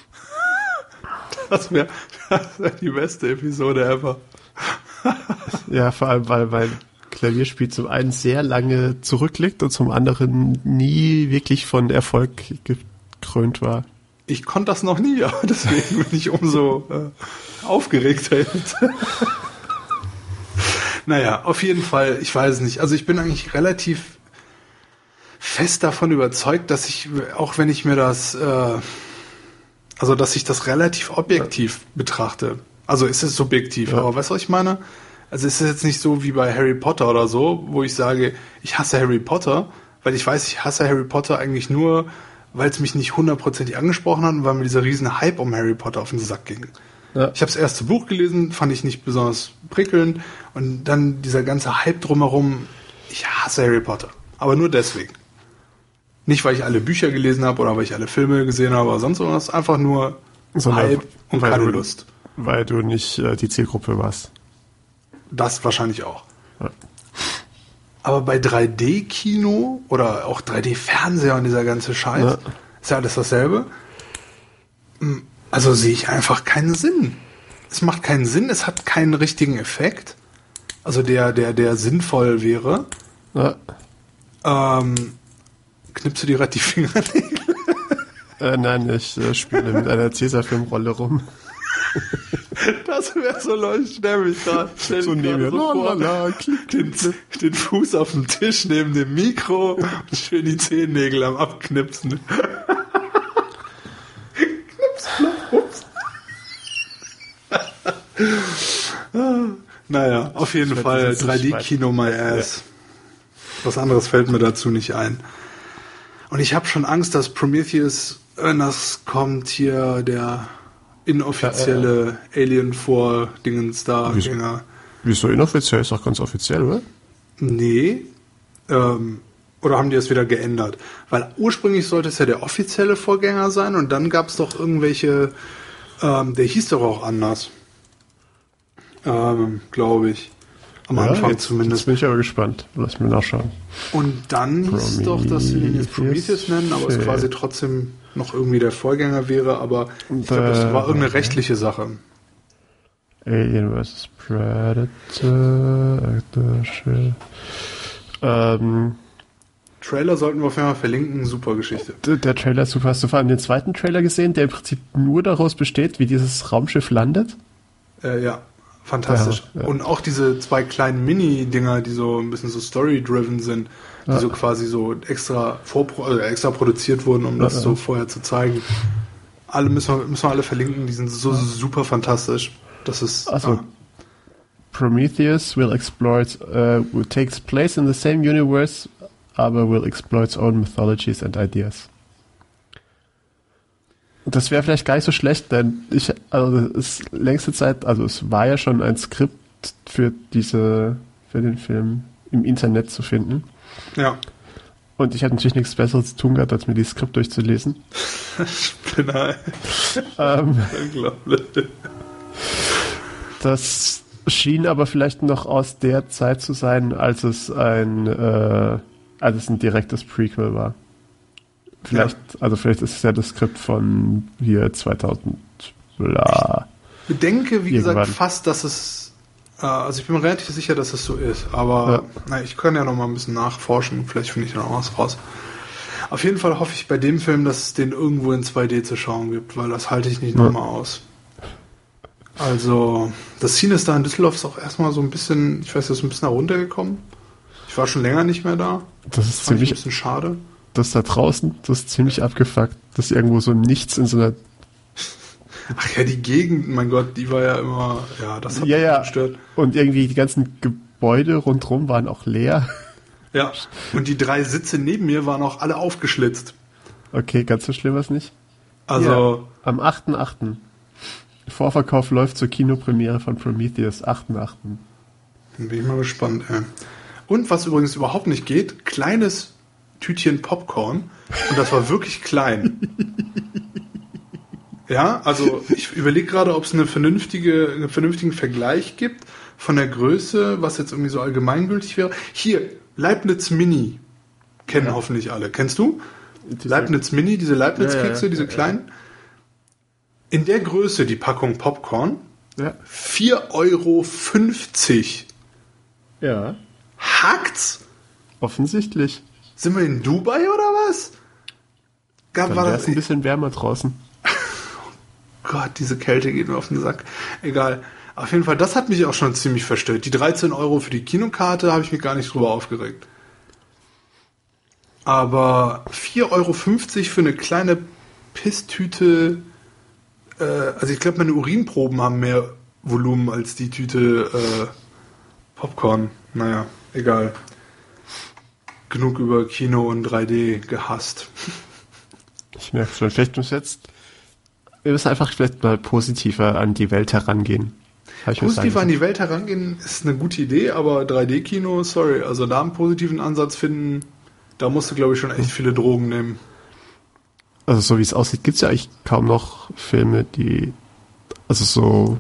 Das wär die beste Episode ever. Ja, vor allem, weil mein Klavierspiel zum einen sehr lange zurückliegt und zum anderen nie wirklich von Erfolg gekrönt war. Ich konnte das noch nie, aber deswegen bin ich umso aufgeregter jetzt. Naja, auf jeden Fall, ich weiß es nicht. Also ich bin eigentlich relativ fest davon überzeugt, dass ich, auch wenn ich mir das, dass ich das relativ objektiv betrachte. Also ist es subjektiv, Ja. aber weißt du, was ich meine? Also ist es jetzt nicht so wie bei Harry Potter oder so, wo ich sage, ich hasse Harry Potter, weil ich weiß, ich hasse Harry Potter eigentlich nur, weil es mich nicht 100% angesprochen hat und weil mir dieser riesen Hype um Harry Potter auf den Sack ging. Ja. Ich habe das erste Buch gelesen, fand ich nicht besonders prickelnd und dann dieser ganze Hype drumherum, ich hasse Harry Potter. Aber nur deswegen. Nicht, weil ich alle Bücher gelesen habe oder weil ich alle Filme gesehen habe oder sonst was, einfach nur Sondern Hype und weil keine du- Lust. Weil du nicht die Zielgruppe warst. Das wahrscheinlich auch. Ja. Aber bei 3D-Kino oder auch 3D-Fernseher und dieser ganze Scheiß, Ja. ist ja alles dasselbe. Also sehe ich einfach keinen Sinn. Es macht keinen Sinn, es hat keinen richtigen Effekt. Also der sinnvoll wäre. Ja. Knippst du dir gerade die Fingernägel? Nein, ich spiele mit einer Tesafilm-Rolle rum. Das wäre so lustig, ich stell mich gerade So neben mir. vor, den Fuß auf dem Tisch neben dem Mikro und schön die Zehennägel am Abknipsen. Knips, plopp, ups. Naja, auf jeden Fall 3D-Kino my ass. Ja. Was anderes fällt mir dazu nicht ein. Und ich habe schon Angst, dass Prometheus, wenn das kommt, hier der inoffizielle Alien-Vor-Dingens da. Wieso inoffiziell? Ist doch ganz offiziell, oder? Nee. Oder haben die das wieder geändert? Weil ursprünglich sollte es ja der offizielle Vorgänger sein und dann gab es doch irgendwelche, der hieß doch auch anders. Glaube ich. Am Anfang jetzt, zumindest. Jetzt bin ich aber gespannt. Lass mich nachschauen. Und dann hieß es doch, dass sie den jetzt Prometheus nennen, aber es quasi trotzdem noch irgendwie der Vorgänger wäre, aber ich glaube, das war irgendeine rechtliche Sache. Alien vs. Predator. Trailer sollten wir auf jeden Fall verlinken, super Geschichte. Der Trailer ist super. Hast du vor allem den zweiten Trailer gesehen, der im Prinzip nur daraus besteht, wie dieses Raumschiff landet? Ja. Fantastisch. Ja. Und auch diese zwei kleinen Mini-Dinger, die so ein bisschen so story-driven sind, die so quasi so extra produziert wurden, um das so vorher zu zeigen. Alle müssen wir alle verlinken, die sind so super fantastisch. Das ist. Prometheus takes place in the same universe, aber will explore its own mythologies and ideas. Das wäre vielleicht gar nicht so schlecht, denn es war ja schon ein Skript für den Film im Internet zu finden. Ja. Und ich hatte natürlich nichts Besseres zu tun gehabt, als mir dieses Skript durchzulesen. Spinner. Unglaublich. Das schien aber vielleicht noch aus der Zeit zu sein, als es ein direktes Prequel war. Vielleicht ist es ja das Skript von hier 2000. Ich bedenke, wie irgendwann. gesagt, fast, dass es. Also ich bin mir relativ sicher, dass es so ist. Aber ich kann ja noch mal ein bisschen nachforschen. Vielleicht finde ich dann auch was raus. Auf jeden Fall hoffe ich bei dem Film, dass es den irgendwo in 2D zu schauen gibt, weil das halte ich nicht nochmal aus. Also, das Scene ist da in Düsseldorf ist auch erstmal so ein bisschen, ich weiß, das ist ein bisschen heruntergekommen. Ich war schon länger nicht mehr da. Das ist ziemlich ein bisschen schade. Das da draußen, das ist ziemlich abgefuckt. Das ist irgendwo so Nichts in so einer... Ach ja, die Gegend, mein Gott, die war ja immer... Ja, das hat mich gestört. Und irgendwie die ganzen Gebäude rundherum waren auch leer. Ja, und die 3 Sitze neben mir waren auch alle aufgeschlitzt. Okay, ganz so schlimm war es nicht. Also... Ja, am 8.8. Vorverkauf läuft zur Kinopremiere von Prometheus, 8.8. Dann bin ich mal gespannt, ey. Und was übrigens überhaupt nicht geht, kleines Tütchen Popcorn und das war wirklich klein. Ja, also ich überlege gerade, ob es einen vernünftigen Vergleich gibt von der Größe, was jetzt irgendwie so allgemeingültig wäre. Hier, Leibniz Mini. Kennen hoffentlich alle. Kennst du? Leibniz Mini, diese Leibniz-Kekse, diese kleinen. In der Größe die Packung Popcorn. 4,50 €. Ja. Hackt's? Offensichtlich. Sind wir in Dubai oder was? Dann war das ein bisschen wärmer draußen. Gott, diese Kälte geht mir auf den Sack. Egal. Auf jeden Fall, das hat mich auch schon ziemlich verstört. Die 13 € für die Kinokarte habe ich mich gar nicht drüber aufgeregt. Aber 4,50 € für eine kleine Pisstüte, also ich glaube, meine Urinproben haben mehr Volumen als die Tüte Popcorn. Naja, egal. Genug über Kino und 3D gehasst. Ich merke schon, wir müssen einfach vielleicht mal positiver an die Welt herangehen. Positiver an die Welt herangehen ist eine gute Idee, aber 3D-Kino, sorry, also da einen positiven Ansatz finden, da musst du, glaube ich, schon echt viele Drogen nehmen. Also so wie es aussieht, gibt es ja eigentlich kaum noch Filme, die, also so,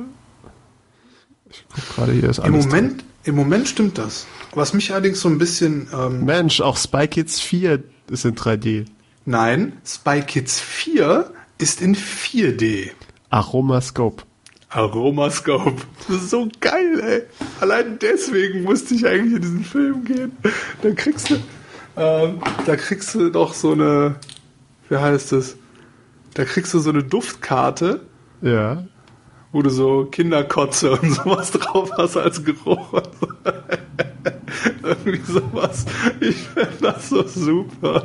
ich gucke gerade, hier ist alles Im Moment stimmt das. Was mich allerdings so ein bisschen... Mensch, auch Spy Kids 4 ist in 3D. Nein, Spy Kids 4 ist in 4D. Aromascope. Aromascope. Das ist so geil, ey. Allein deswegen musste ich eigentlich in diesen Film gehen. Dann kriegst du Da kriegst du doch so eine, wie heißt es? Da kriegst du so eine Duftkarte, Ja. wo du so Kinderkotze und sowas drauf hast als Geruch. Und so. Irgendwie sowas. Ich finde das so super.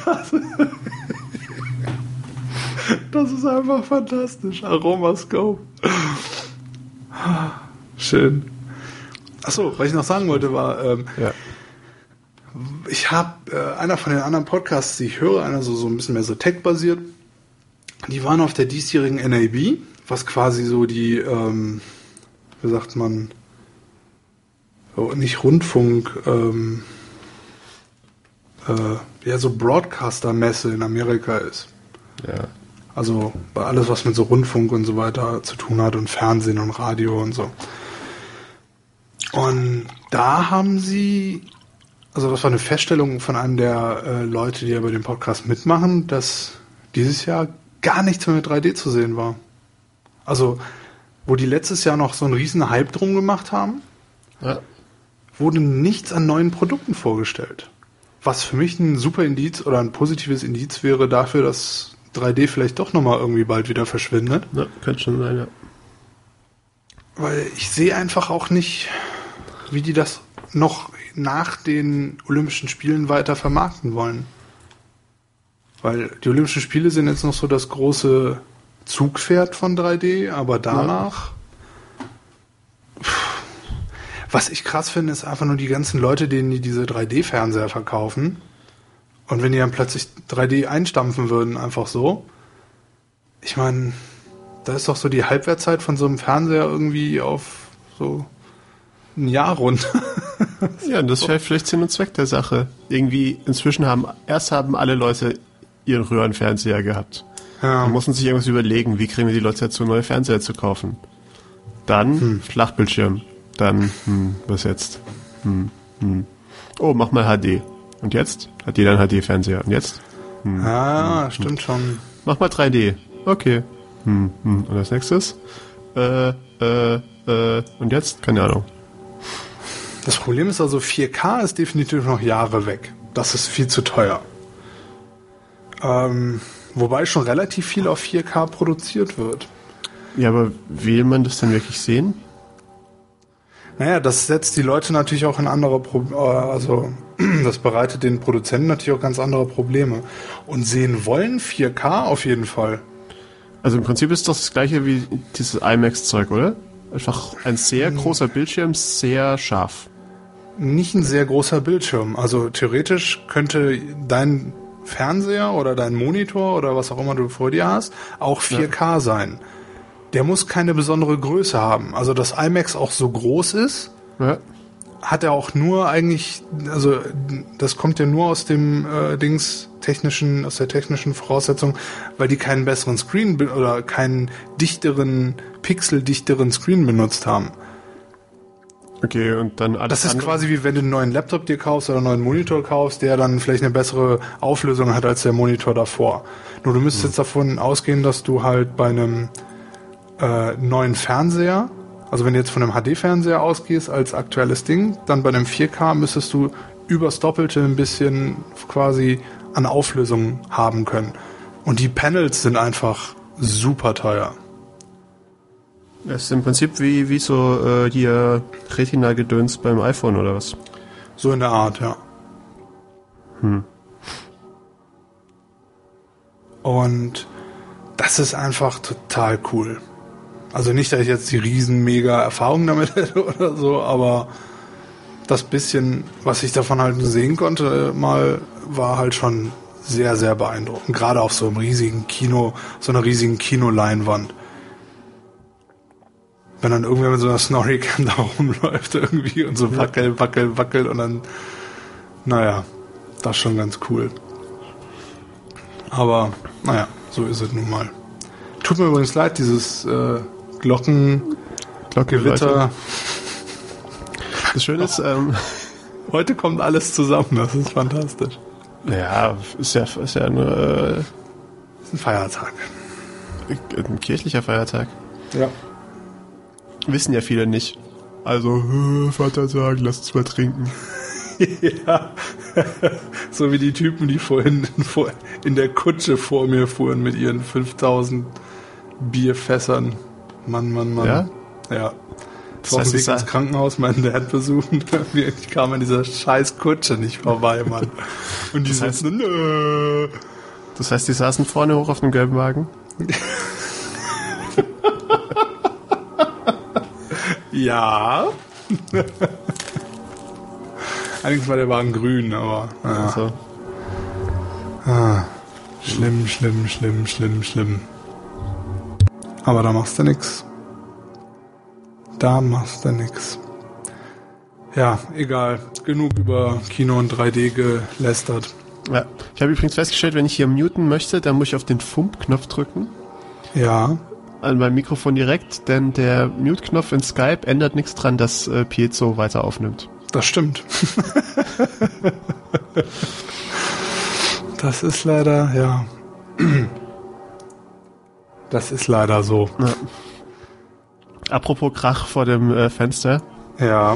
Das ist einfach fantastisch. Aromascope. Schön. Achso, was ich noch sagen wollte war, Ja. ich habe einer von den anderen Podcasts, die ich höre, einer so ein bisschen mehr so tech-basiert, die waren auf der diesjährigen NAB, was quasi so die, wie sagt man, nicht Rundfunk, so Broadcaster-Messe in Amerika ist. Ja. Also bei alles, was mit so Rundfunk und so weiter zu tun hat und Fernsehen und Radio und so. Und da haben sie, also das war eine Feststellung von einem der Leute, die ja bei dem Podcast mitmachen, dass dieses Jahr gar nichts mehr mit 3D zu sehen war. Also, wo die letztes Jahr noch so einen riesen Hype drum gemacht haben, Ja. wurde nichts an neuen Produkten vorgestellt. Was für mich ein super Indiz oder ein positives Indiz wäre dafür, dass 3D vielleicht doch nochmal irgendwie bald wieder verschwindet. Ja, könnte schon sein, ja. Weil ich sehe einfach auch nicht, wie die das noch nach den Olympischen Spielen weiter vermarkten wollen. Weil die Olympischen Spiele sind jetzt noch so das große Zugpferd von 3D, aber danach... Was ich krass finde, ist einfach nur die ganzen Leute, denen die diese 3D-Fernseher verkaufen. Und wenn die dann plötzlich 3D einstampfen würden, einfach so. Ich meine, da ist doch so die Halbwertszeit von so einem Fernseher irgendwie auf so ein Jahr rund. Ja, das wäre vielleicht Sinn und Zweck der Sache. Irgendwie, inzwischen haben alle Leute ihren Röhrenfernseher gehabt. Ja. Man muss sich irgendwas überlegen, wie kriegen wir die Leute dazu, neue Fernseher zu kaufen. Dann Flachbildschirm. Dann, was jetzt? Oh, mach mal HD. Und jetzt? Hat jeder einen HD-Fernseher. Und jetzt? Stimmt schon. Mach mal 3D. Okay. Und als nächstes? Und jetzt? Keine Ahnung. Das Problem ist also, 4K ist definitiv noch Jahre weg. Das ist viel zu teuer. Wobei schon relativ viel auf 4K produziert wird. Ja, aber will man das denn wirklich sehen? Naja, das setzt die Leute natürlich auch in andere also das bereitet den Produzenten natürlich auch ganz andere Probleme. Und sehen wollen 4K auf jeden Fall. Also im Prinzip ist das gleiche wie dieses IMAX-Zeug, oder? Einfach ein sehr großer Bildschirm, sehr scharf. Nicht ein sehr großer Bildschirm. Also theoretisch könnte dein Fernseher oder dein Monitor oder was auch immer du vor dir hast, auch 4K sein. Der muss keine besondere Größe haben. Also dass IMAX auch so groß ist, hat er auch nur eigentlich, also das kommt ja nur aus dem aus der technischen Voraussetzung, weil die keinen besseren Screen oder keinen pixeldichteren Screen benutzt haben. Okay, und dann alles Das ist andere? quasi wie wenn du einen neuen Laptop dir kaufst oder einen neuen Monitor kaufst, der dann vielleicht eine bessere Auflösung hat als der Monitor davor. Nur du müsstest jetzt davon ausgehen, dass du halt bei einem neuen Fernseher, also wenn du jetzt von einem HD-Fernseher ausgehst als aktuelles Ding, dann bei einem 4K müsstest du übers Doppelte ein bisschen quasi an Auflösung haben können. Und die Panels sind einfach super teuer. Das ist im Prinzip wie so hier Retina-Gedöns beim iPhone oder was? So in der Art, ja. Und das ist einfach total cool. Also nicht, dass ich jetzt die riesen mega Erfahrung damit hätte oder so, aber das bisschen, was ich davon halt sehen konnte, mal, war halt schon sehr, sehr beeindruckend. Gerade auf so einem riesigen so einer riesigen Kinoleinwand. Wenn dann irgendwer mit so einer Snorri-Cam da rumläuft irgendwie und so wackelt und dann, naja, das ist schon ganz cool. Aber, naja, so ist es nun mal. Tut mir übrigens leid, dieses Glockengewitter. Das Schöne ist, Heute kommt alles zusammen, das ist fantastisch. ja, ist ja nur Das ist ein Feiertag. ein kirchlicher Feiertag. Ja. Wissen ja viele nicht. Also, Vatertag, lass uns mal trinken. Ja, so wie die Typen, die vorhin in der Kutsche vor mir fuhren mit ihren 5000 Bierfässern. Mann. Ja? Ja. Das Auf heißt, dem Weg ins Krankenhaus meinen Dad besuchen. Ich kam an dieser scheiß Kutsche nicht vorbei, Mann. Und die sitzen, nö. Das heißt, die saßen vorne hoch auf dem gelben Wagen? Ja. Allerdings war der Wagen grün, aber... Ja. Also. Schlimm. Aber da machst du nix. Ja, egal. Genug über Kino und 3D gelästert. Ja. Ich habe übrigens festgestellt, wenn ich hier muten möchte, dann muss ich auf den Fump-Knopf drücken. Ja. An meinem Mikrofon direkt, denn der Mute-Knopf in Skype ändert nichts dran, dass Piezo weiter aufnimmt. Das stimmt. Das ist leider, ja. Das ist leider so. Ja. Apropos Krach vor dem Fenster. Ja.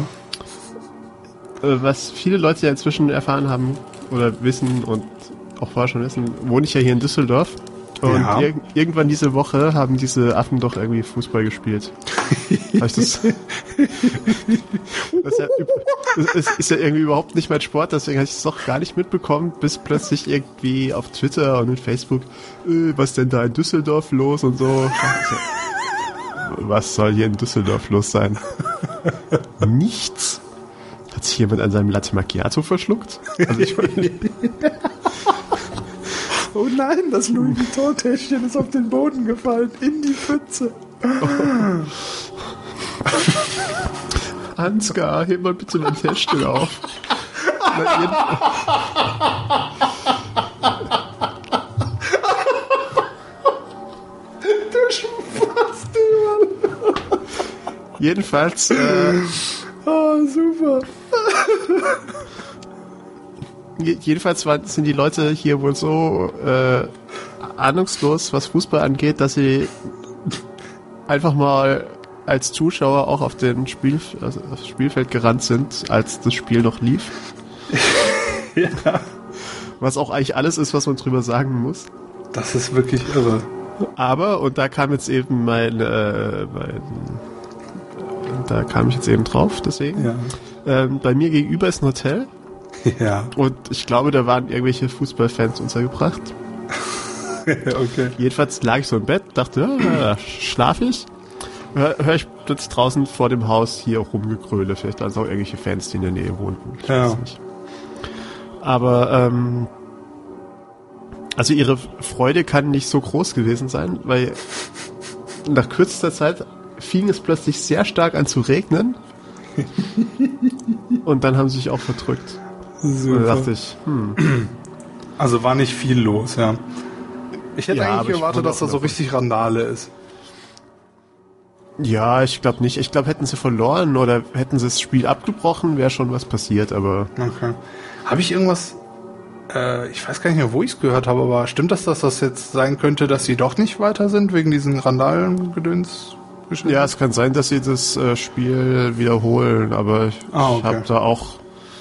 Was viele Leute ja inzwischen erfahren haben oder wissen und auch vorher schon wissen, wohne ich ja hier in Düsseldorf. Und Ja. Irgendwann diese Woche haben diese Affen doch irgendwie Fußball gespielt. Das ist ja irgendwie überhaupt nicht mein Sport, deswegen habe ich es doch gar nicht mitbekommen, bis plötzlich irgendwie auf Twitter und in Facebook, was denn da in Düsseldorf los und so. Was soll hier in Düsseldorf los sein? Nichts. Hat sich jemand an seinem Latte Macchiato verschluckt? Also ich meine, Oh nein, das Louis Vuitton-Täschchen ist auf den Boden gefallen, in die Pfütze. Ansgar, heb mal bitte mein Täschchen auf. Du Spasti, Mann. Jedenfalls, Super. sind die Leute hier wohl so ahnungslos, was Fußball angeht, dass sie einfach mal als Zuschauer auch auf aufs Spielfeld gerannt sind, als das Spiel noch lief. Ja. Was auch eigentlich alles ist, was man drüber sagen muss. Das ist wirklich irre. Aber, und da kam jetzt eben da kam ich jetzt eben drauf, deswegen. Ja. Bei mir gegenüber ist ein Hotel. Ja. Und ich glaube, da waren irgendwelche Fußballfans untergebracht. Okay. Jedenfalls lag ich so im Bett, dachte, ja, schlaf ich. Hör ich plötzlich draußen vor dem Haus hier rumgegröle. Vielleicht waren es auch irgendwelche Fans, die in der Nähe wohnten. Ich weiß nicht. Aber, also ihre Freude kann nicht so groß gewesen sein, weil nach kürzester Zeit fing es plötzlich sehr stark an zu regnen. Und dann haben sie sich auch verdrückt. Super. Und da dachte ich, Also war nicht viel los, ja. Ich hätte Ja, aber eigentlich ich erwartet, wurde dass da auch so noch- richtig Randale ist. ja, ich glaube nicht. Ich glaube, hätten sie verloren oder hätten sie das Spiel abgebrochen, wäre schon was passiert, aber Okay. Habe ich irgendwas... ich weiß gar nicht mehr, wo ich es gehört habe, aber stimmt das, dass das jetzt sein könnte, dass sie doch nicht weiter sind, wegen diesen Randalen-Gedöns? ja, es kann sein, dass sie das Spiel wiederholen, aber ich Okay. habe da auch...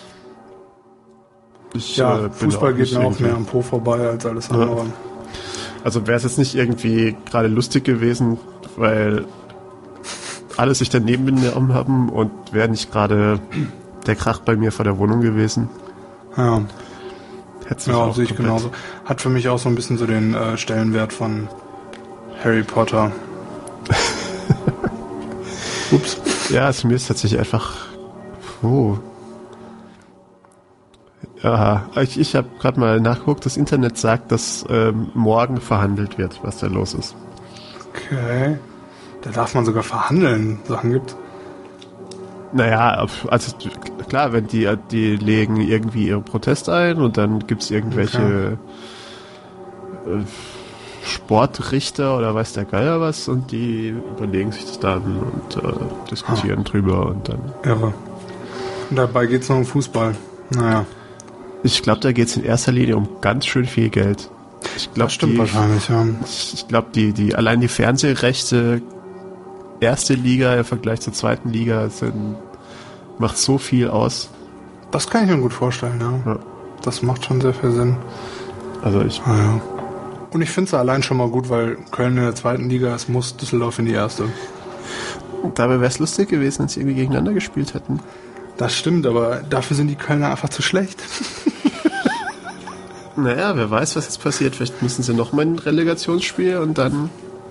Ich, Ja, bin Fußball geht nicht mir auch irgendwie- mehr am Po vorbei als alles andere. Also wäre es jetzt nicht irgendwie gerade lustig gewesen, weil alle sich daneben genommen haben und wäre nicht gerade der Krach bei mir vor der Wohnung gewesen. Ja, Hätte sich ja auch sehe ich komplett- genauso. Hat für mich auch so ein bisschen so den Stellenwert von Harry Potter. Ups. Ja, also mir ist tatsächlich einfach... Ja, ich habe gerade mal nachgeguckt, das Internet sagt, dass morgen verhandelt wird, was da los ist. Okay. Da darf man sogar verhandeln, Sachen gibt. Naja, also klar, wenn die legen irgendwie ihre Proteste ein und dann gibt's irgendwelche Sportrichter oder weiß der Geier was und die überlegen sich das dann und diskutieren drüber und dann... Irre. Und dabei geht's noch um Fußball. Naja, Ich glaube, da geht's in erster Linie um ganz schön viel Geld. Ich glaube, das stimmt wahrscheinlich, ja. Ich glaube, allein die Fernsehrechte erste Liga im Vergleich zur zweiten Liga macht so viel aus. Das kann ich mir gut vorstellen, ja. Das macht schon sehr viel Sinn. Also ja. Und ich finde es allein schon mal gut, weil Köln in der 2. Liga ist, muss Düsseldorf in die 1. Dabei wäre es lustig gewesen, wenn sie irgendwie gegeneinander gespielt hätten. Das stimmt, aber dafür sind die Kölner einfach zu schlecht. Naja, wer weiß, was jetzt passiert. Vielleicht müssen sie noch mal ein Relegationsspiel und dann...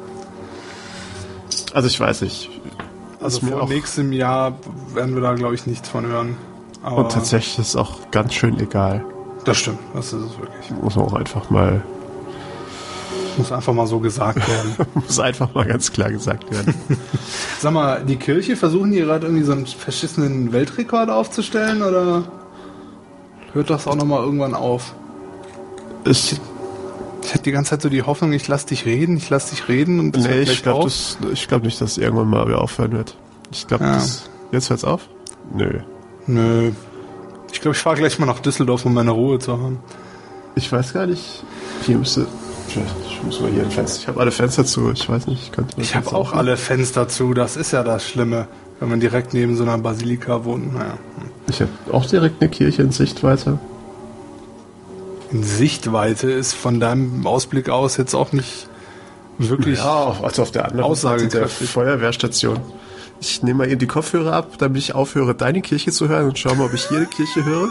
Also ich weiß nicht. Also vor nächstem Jahr werden wir da, glaube ich, nichts von hören. Aber und tatsächlich ist es auch ganz schön egal. Das stimmt, das ist es wirklich. Muss man auch einfach mal... Muss einfach mal so gesagt werden. Muss einfach mal ganz klar gesagt werden. Sag mal, die Kirche, versuchen die gerade irgendwie so einen verschissenen Weltrekord aufzustellen oder hört das auch nochmal irgendwann auf? Ich hatte die ganze Zeit so die Hoffnung, ich lass dich reden und das hört ich glaube glaub nicht, dass es irgendwann mal wieder aufhören wird. Ich glaube, jetzt hört's auf? Nö. Ich glaube, ich fahre gleich mal nach Düsseldorf, um meine Ruhe zu haben. Ich weiß gar nicht. Ich muss mal hier ein Fenster. Ich habe alle Fenster zu. Ich weiß nicht. Ich habe auch alle Fenster zu. Das ist ja das Schlimme, wenn man direkt neben so einer Basilika wohnt. Naja. Ich habe auch direkt eine Kirche in Sichtweite. In Sichtweite ist von deinem Ausblick aus jetzt auch nicht wirklich. Ja, also auf der anderen Seite der Feuerwehrstation. Ich nehme mal eben die Kopfhörer ab, damit ich aufhöre, deine Kirche zu hören und schau mal, ob ich hier eine Kirche höre.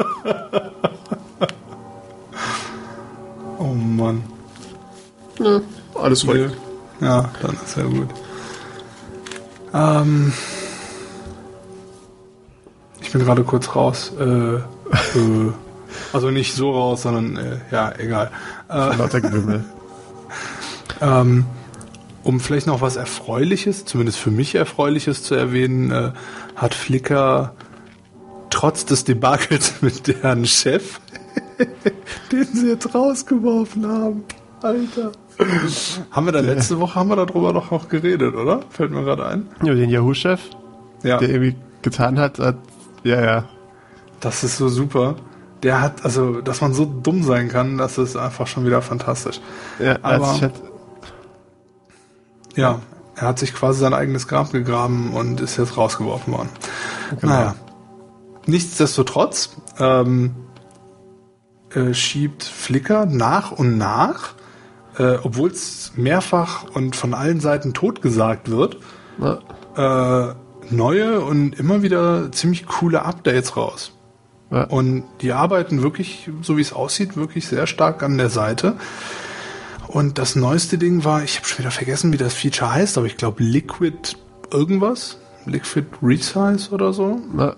Oh Mann. Ja, alles ruhig. Ja, dann ist ja gut. Ich bin gerade kurz raus. Also nicht so raus, sondern egal. Lauter Gewimmel. Um vielleicht noch was Erfreuliches, zumindest für mich Erfreuliches zu erwähnen, hat Flickr trotz des Debakels mit deren Chef, den sie jetzt rausgeworfen haben, Alter. Haben wir da letzte Woche darüber doch noch geredet, oder? Fällt mir gerade ein. Ja, den Yahoo-Chef, der irgendwie getan hat, ja. Das ist so super. Der hat, also, dass man so dumm sein kann, das ist einfach schon wieder fantastisch. Ja, aber er hat sich quasi sein eigenes Grab gegraben und ist jetzt rausgeworfen worden. Genau. Naja. Nichtsdestotrotz schiebt Flickr nach und nach, obwohl es mehrfach und von allen Seiten totgesagt wird, neue und immer wieder ziemlich coole Updates raus. Ja. Und die arbeiten wirklich, so wie es aussieht, wirklich sehr stark an der Seite. Und das neueste Ding war, ich habe schon wieder vergessen, wie das Feature heißt, aber ich glaube Liquid irgendwas, Liquid Resize oder so,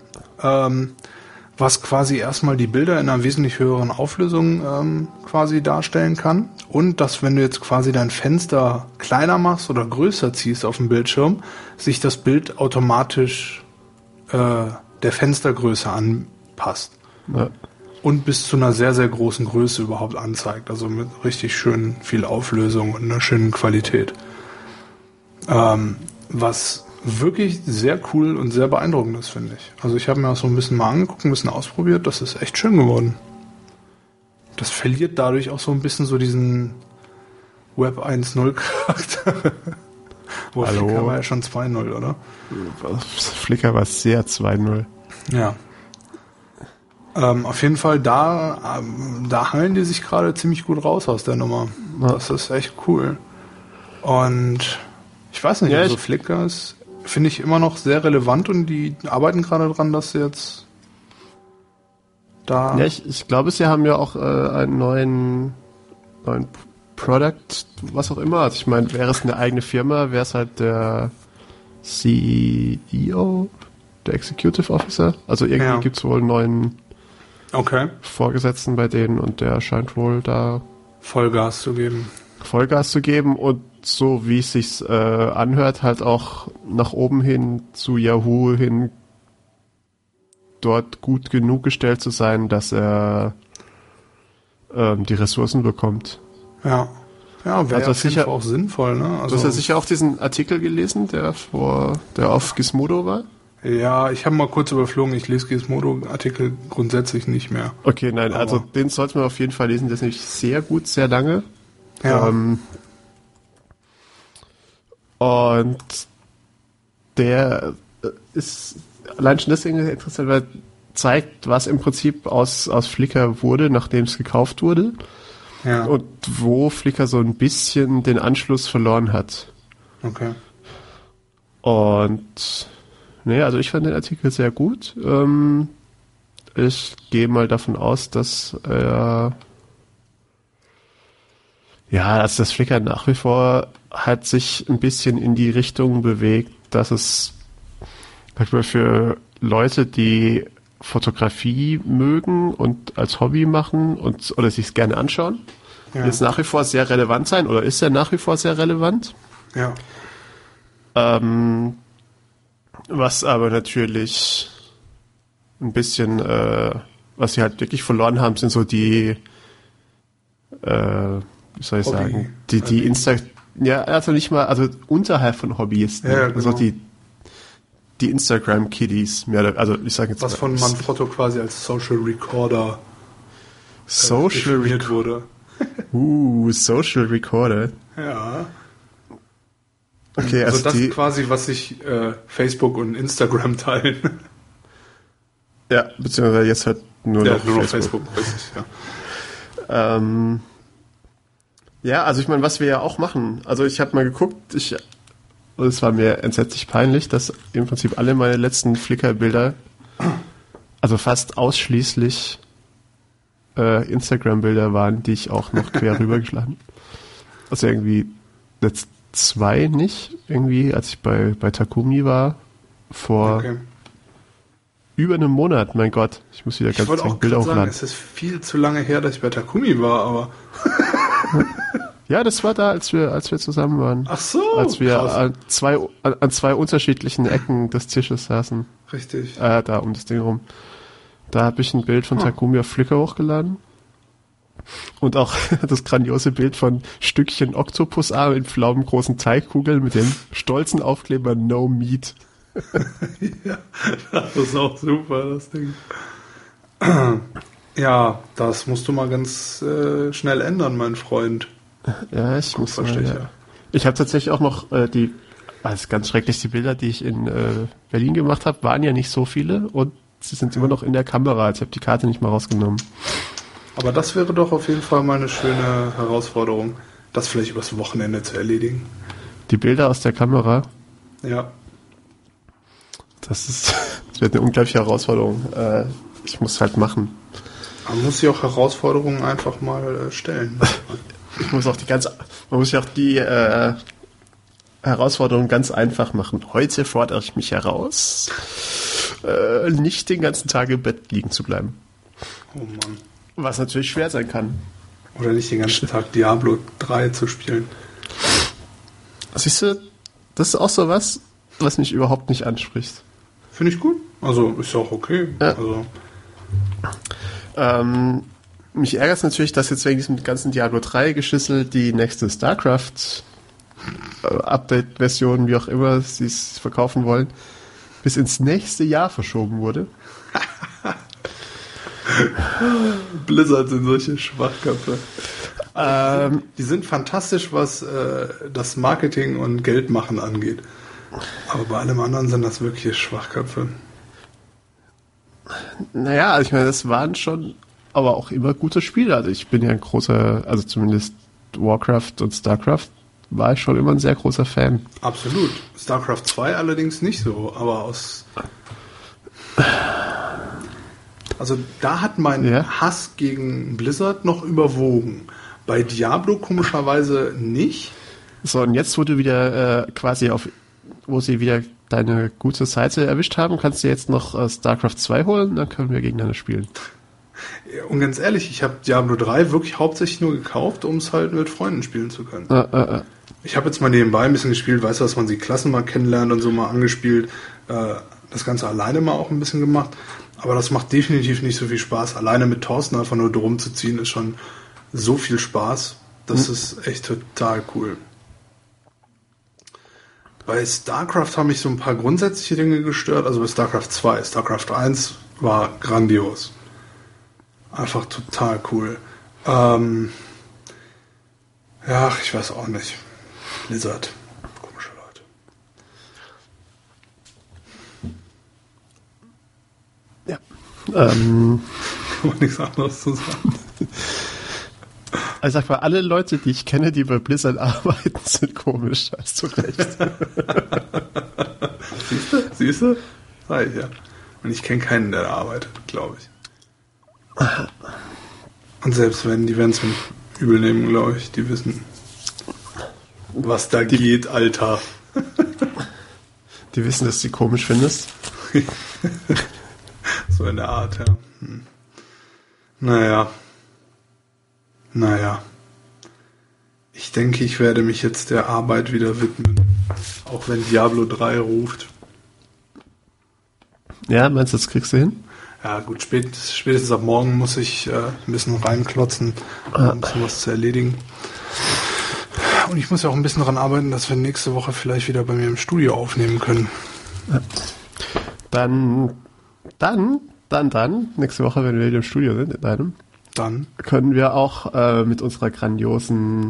was quasi erstmal die Bilder in einer wesentlich höheren Auflösung quasi darstellen kann. Und dass, wenn du jetzt quasi dein Fenster kleiner machst oder größer ziehst auf dem Bildschirm, sich das Bild automatisch der Fenstergröße anpasst. Ja. Und bis zu einer sehr, sehr großen Größe überhaupt anzeigt. Also mit richtig schön viel Auflösung und einer schönen Qualität. Was wirklich sehr cool und sehr beeindruckend ist, finde ich. Also ich habe mir das so ein bisschen mal angeguckt, ein bisschen ausprobiert. Das ist echt schön geworden. Das verliert dadurch auch so ein bisschen so diesen Web 1.0 Charakter. Flickr war ja schon 2.0, oder? Flickr war sehr 2.0. Ja. Auf jeden Fall, da hangeln die sich gerade ziemlich gut raus aus der Nummer. Ja. Das ist echt cool. Und ich weiß nicht, also Flickr ist, finde ich, immer noch sehr relevant und die arbeiten gerade dran, dass sie jetzt da... Ja, ich glaube, sie haben ja auch einen neuen Product, was auch immer. Also ich meine, wäre es eine eigene Firma, wäre es halt der CEO, der Executive Officer. Also irgendwie gibt es wohl einen neuen Vorgesetzten bei denen und der scheint wohl da Vollgas zu geben und so wie es sich anhört, halt auch nach oben hin zu Yahoo hin dort gut genug gestellt zu sein, dass er die Ressourcen bekommt. Ja, wäre auf jeden Fall auch sinnvoll. Ne? Also, du hast ja sicher auch diesen Artikel gelesen, der auf Gizmodo war? Ja, ich habe mal kurz überflogen, ich lese Gizmodo-Artikel grundsätzlich nicht mehr. Okay, nein, also den sollte man auf jeden Fall lesen, der ist nämlich sehr gut, sehr lange. Ja. Und der ist allein schon deswegen interessant, weil zeigt, was im Prinzip aus Flickr wurde, nachdem es gekauft wurde. Ja. Und wo Flickr so ein bisschen den Anschluss verloren hat. Okay. Und nee, also ich fand den Artikel sehr gut. Ich gehe mal davon aus, dass also das Flickr nach wie vor hat sich ein bisschen in die Richtung bewegt, dass es für Leute, die Fotografie mögen und als Hobby machen oder sich es gerne anschauen, jetzt nach wie vor sehr relevant sein oder ist er nach wie vor sehr relevant. Ja. Was aber natürlich ein bisschen, was sie halt wirklich verloren haben, sind so die, wie soll ich sagen, die Insta, ja, also nicht mal, also unterhalb von Hobbyisten, ja, genau. also die Instagram-Kiddies, also ich sage jetzt was von Manfrotto quasi als Social Recorder definiert wurde. Social Recorder. Ja. Okay, also das die, quasi, was sich Facebook und Instagram teilen. Ja, beziehungsweise jetzt halt nur noch Facebook. Richtig, ja. Ja, also ich meine, was wir ja auch machen, also ich habe mal geguckt, es war mir entsetzlich peinlich, dass im Prinzip alle meine letzten Flickr-Bilder, also fast ausschließlich Instagram-Bilder waren, die ich auch noch quer rübergeschlagen. Also irgendwie jetzt 2 nicht, irgendwie, als ich bei Takumi war, vor über einem Monat, mein Gott. Ich muss wieder ganz dringend Bilder hochladen. Es ist viel zu lange her, dass ich bei Takumi war, aber... Ja, das war da, als wir zusammen waren. Ach so, als wir an zwei unterschiedlichen Ecken des Tisches saßen. Richtig. Da um das Ding rum. Da habe ich ein Bild von Takumi auf Flickr hochgeladen. Und auch das grandiose Bild von Stückchen Oktopusarm in pflaumengroßen Teigkugeln mit dem stolzen Aufkleber No Meat. Ja, das ist auch super, das Ding. Ja, das musst du mal ganz schnell ändern, mein Freund. Ja, ich muss mal, ja. Ich habe tatsächlich auch noch also ganz schrecklich, die Bilder, die ich in Berlin gemacht habe, waren ja nicht so viele und sie sind immer noch in der Kamera. Also ich habe die Karte nicht mal rausgenommen. Aber das wäre doch auf jeden Fall mal eine schöne Herausforderung, das vielleicht übers Wochenende zu erledigen. Die Bilder aus der Kamera? Ja. Das wird eine unglaubliche Herausforderung. Ich muss halt machen. Man muss sich auch Herausforderungen einfach mal stellen. Man muss ja auch die Herausforderung ganz einfach machen. Heute fordere ich mich heraus, nicht den ganzen Tag im Bett liegen zu bleiben. Oh Mann. Was natürlich schwer sein kann. Oder nicht den ganzen Tag Diablo 3 zu spielen. Siehst du, das ist auch so was mich überhaupt nicht anspricht. Finde ich gut. Also ist ja auch okay. Ja. Also. Mich ärgert es natürlich, dass jetzt wegen diesem ganzen Diablo 3 Geschissel die nächste StarCraft Update-Version, wie auch immer sie es verkaufen wollen, bis ins nächste Jahr verschoben wurde. Blizzard sind solche Schwachköpfe. Die sind fantastisch, was das Marketing und Geldmachen angeht. Aber bei allem anderen sind das wirklich Schwachköpfe. Naja, also ich meine, das waren schon aber auch immer gute Spiele. Also ich bin ja ein großer, also zumindest Warcraft und StarCraft war ich schon immer ein sehr großer Fan. Absolut. StarCraft 2 allerdings nicht so, aber also da hat mein Hass gegen Blizzard noch überwogen. Bei Diablo komischerweise nicht. So, und jetzt, wo du wieder wo sie wieder deine gute Seite erwischt haben, kannst du jetzt noch StarCraft 2 holen, dann können wir gegeneinander spielen. Und ganz ehrlich, ich habe Diablo 3 wirklich hauptsächlich nur gekauft, um es halt mit Freunden spielen zu können. Ich habe jetzt mal nebenbei ein bisschen gespielt, weißt du, dass man die Klassen mal kennenlernt und so mal angespielt. Das Ganze alleine mal auch ein bisschen gemacht. Aber das macht definitiv nicht so viel Spaß. Alleine mit Thorsten einfach nur drum zu ziehen, ist schon so viel Spaß. Das ist echt total cool. Bei StarCraft haben mich so ein paar grundsätzliche Dinge gestört. Also bei StarCraft 2. StarCraft 1 war grandios. Einfach total cool. Ja, ich weiß auch nicht. Blizzard. Komische Leute. Ja. Kann man nichts anderes zu sagen. Also sag mal, alle Leute, die ich kenne, die bei Blizzard arbeiten, sind komisch, hast du recht. Siehst du? Sag ich ja. Und ich kenne keinen, der da arbeitet, glaube ich. Und selbst wenn, die werden es mir übel nehmen, glaube ich. Die wissen, was da geht, Alter. Die wissen, dass du sie komisch findest. So in der Art, ja. Naja. Ich denke, ich werde mich jetzt der Arbeit wieder widmen. Auch wenn Diablo 3 ruft. Ja, meinst du, das kriegst du hin? Ja gut, spätestens ab morgen muss ich ein bisschen reinklotzen, um ein bisschen was zu erledigen. Und ich muss ja auch ein bisschen daran arbeiten, dass wir nächste Woche vielleicht wieder bei mir im Studio aufnehmen können. Dann, nächste Woche, wenn wir wieder im Studio sind, in deinem, Dann können wir auch mit unserer grandiosen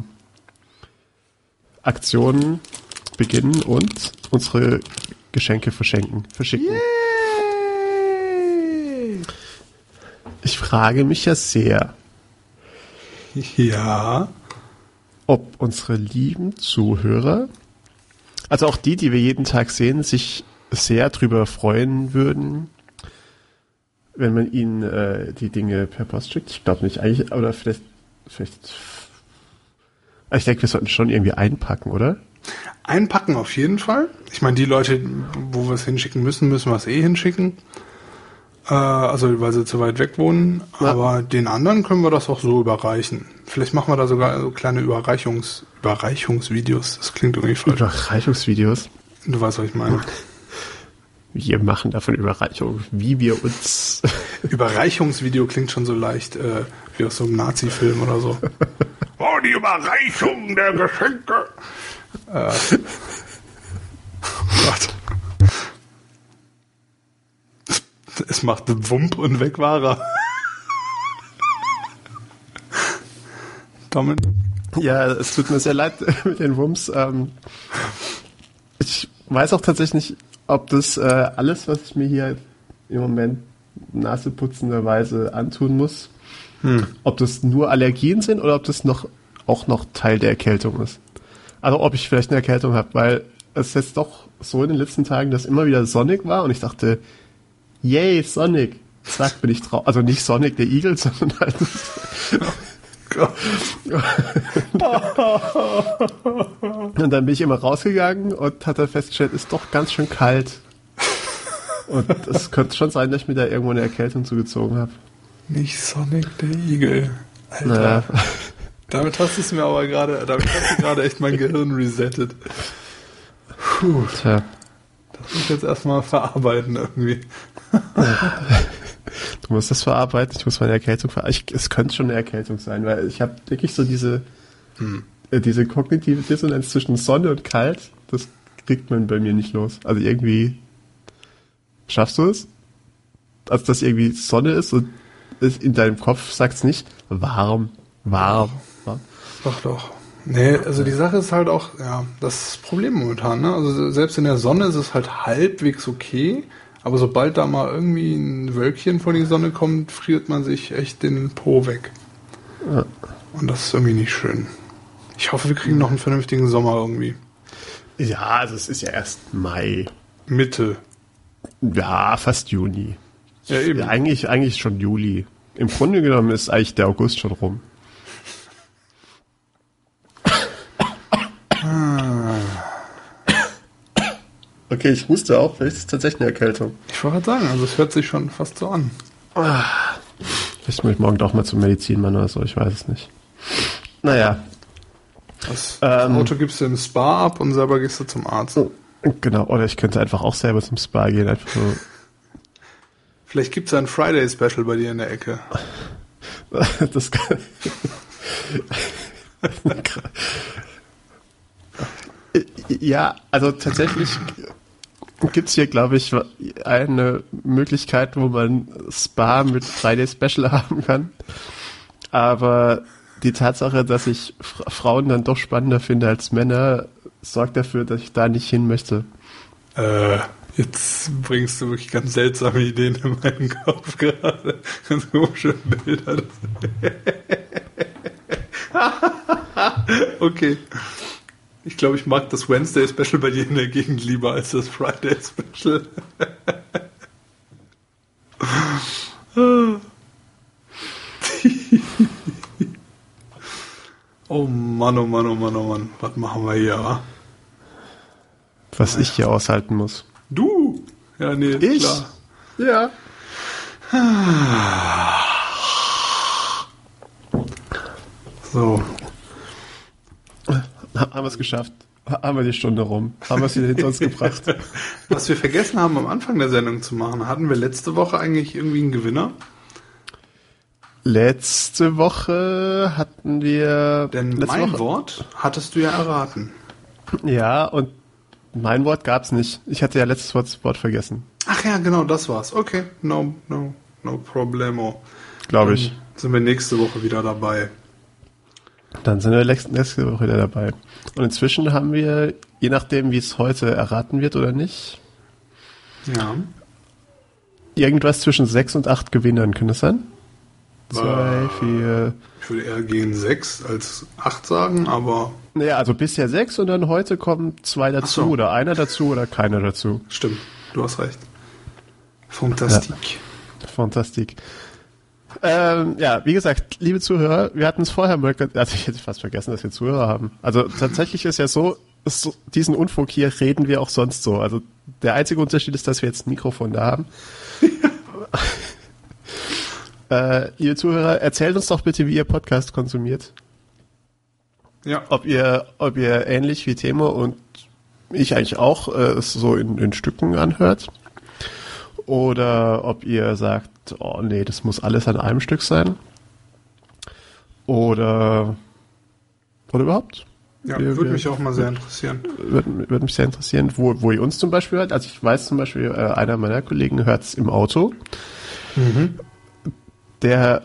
Aktion beginnen und unsere Geschenke verschicken. Yay! Ich frage mich ja sehr, Ja. ob unsere lieben Zuhörer, also auch die wir jeden Tag sehen, sich sehr drüber freuen würden, wenn man ihnen die Dinge per Post schickt. Ich glaube nicht, eigentlich, oder vielleicht. Ich denke, wir sollten schon irgendwie einpacken, oder? Einpacken auf jeden Fall. Ich meine, die Leute, wo wir es hinschicken müssen, müssen wir es eh hinschicken. Also, weil sie zu weit weg wohnen. Ja. Aber den anderen können wir das auch so überreichen. Vielleicht machen wir da sogar so kleine Überreichungsvideos. Das klingt irgendwie falsch. Überreichungsvideos. Du weißt, was ich meine. Wir machen davon Überreichung, wie wir uns... Überreichungsvideo klingt schon so leicht wie aus so einem Nazi-Film oder so. Oh, die Überreichung der Geschenke. Oh Gott. Es macht Wump und weg war er. Dominik? Ja, es tut mir sehr leid mit den Wumms. Ich weiß auch tatsächlich nicht, ob das alles, was ich mir hier im Moment naseputzenderweise antun muss, ob das nur Allergien sind oder ob das auch noch Teil der Erkältung ist. Also ob ich vielleicht eine Erkältung habe, weil es jetzt doch so in den letzten Tagen, dass immer wieder sonnig war und ich dachte, yay, Sonic. Zack, bin ich drauf. Also nicht Sonic der Igel, sondern halt... Und dann bin ich immer rausgegangen und hatte festgestellt, ist doch ganz schön kalt. Und es könnte schon sein, dass ich mir da irgendwo eine Erkältung zugezogen habe. Nicht Sonic der Igel. Alter. Naja. Damit hast du gerade echt mein Gehirn resettet. Puh. Tja. Das muss ich jetzt erstmal verarbeiten irgendwie. Du musst das verarbeiten, ich muss meine Erkältung verarbeiten. Es könnte schon eine Erkältung sein, weil ich habe wirklich so diese kognitive Dissonanz zwischen Sonne und Kalt, das kriegt man bei mir nicht los. Also irgendwie, schaffst du es? Also, dass irgendwie Sonne ist und in deinem Kopf sagt's nicht, warm. Doch. Nee, also die Sache ist halt auch, ja, das ist das Problem momentan, ne? Also selbst in der Sonne ist es halt halbwegs okay, aber sobald da mal irgendwie ein Wölkchen vor die Sonne kommt, friert man sich echt den Po weg. Ja. Und das ist irgendwie nicht schön. Ich hoffe, wir kriegen noch einen vernünftigen Sommer irgendwie. Ja, also es ist ja erst Mai. Mitte. Ja, fast Juni. Ja, eben. Ja, eigentlich schon Juli. Im Grunde genommen ist eigentlich der August schon rum. Okay, ich huste auch, vielleicht ist es tatsächlich eine Erkältung. Ich wollte gerade sagen, also es hört sich schon fast so an. Vielleicht muss ich morgen doch mal zum Medizinmann oder so, ich weiß es nicht. Naja. Das Auto gibst du im Spa ab und selber gehst du zum Arzt. Genau, oder ich könnte einfach auch selber zum Spa gehen, einfach so. Vielleicht gibt es ein Friday-Special bei dir in der Ecke. Das kann... Ja, also tatsächlich gibt es hier, glaube ich, eine Möglichkeit, wo man Spa mit Friday Special haben kann. Aber die Tatsache, dass ich Frauen dann doch spannender finde als Männer, sorgt dafür, dass ich da nicht hin möchte. Jetzt bringst du wirklich ganz seltsame Ideen in meinen Kopf gerade. Ganz komische Bilder. Okay. Ich glaube, ich mag das Wednesday Special bei dir in der Gegend lieber als das Friday Special. Oh Mann, oh Mann, oh Mann, oh Mann. Was machen wir hier, wa? Was ich hier aushalten muss. Du? Ja, nee, Ich? klar. Ja. So. Haben wir es geschafft. Haben wir die Stunde rum. Haben wir es wieder hinter uns gebracht. Was wir vergessen haben, am Anfang der Sendung zu machen, hatten wir letzte Woche eigentlich irgendwie einen Gewinner? Letzte Woche hatten wir... Denn letzte mein Woche, Wort hattest du ja erraten. Ja, und mein Wort gab's nicht. Ich hatte ja letztes Wort vergessen. Ach ja, genau, das war's. Okay, no problemo. Glaube ich. Dann sind wir nächste Woche wieder dabei. Dann sind wir nächste Woche wieder dabei. Und inzwischen haben wir, je nachdem, wie es heute erraten wird oder nicht, Ja. irgendwas zwischen 6 und 8 Gewinnern. Kann das sein? 2, 4... Ich würde eher gegen 6 als 8 sagen, aber Naja, also bisher 6 und dann heute kommen 2 dazu Ach so. oder einer dazu oder keiner dazu. stimmt, du hast recht. Fantastik. Fantastik. Ja, wie gesagt, liebe Zuhörer, wir hatten es vorher mal, also ich hätte fast vergessen, dass wir Zuhörer haben. Also tatsächlich ist ja so, diesen Unfug hier reden wir auch sonst so. Also der einzige Unterschied ist, dass wir jetzt ein Mikrofon da haben. Liebe Zuhörer, erzählt uns doch bitte, wie ihr Podcast konsumiert. Ja. Ob ihr ähnlich wie Timo und ich eigentlich auch es so in Stücken anhört. Oder ob ihr sagt, oh nee, das muss alles an einem Stück sein. Oder überhaupt. Ja, würde mich auch mal sehr interessieren. Würde mich sehr interessieren, wo ihr uns zum Beispiel hört. Also ich weiß zum Beispiel, einer meiner Kollegen hört es im Auto. Mhm. Der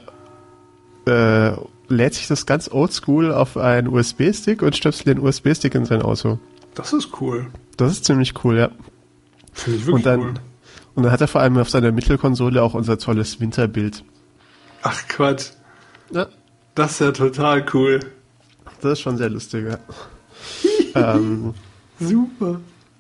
lädt sich das ganz oldschool auf einen USB-Stick und stöpselt den USB-Stick in sein Auto. Das ist cool. Das ist ziemlich cool, ja. Finde ich wirklich cool. Und dann hat er vor allem auf seiner Mittelkonsole auch unser tolles Winterbild. Ach Quatsch. Ja, Das ist ja total cool. das ist schon sehr lustig, ja. Super.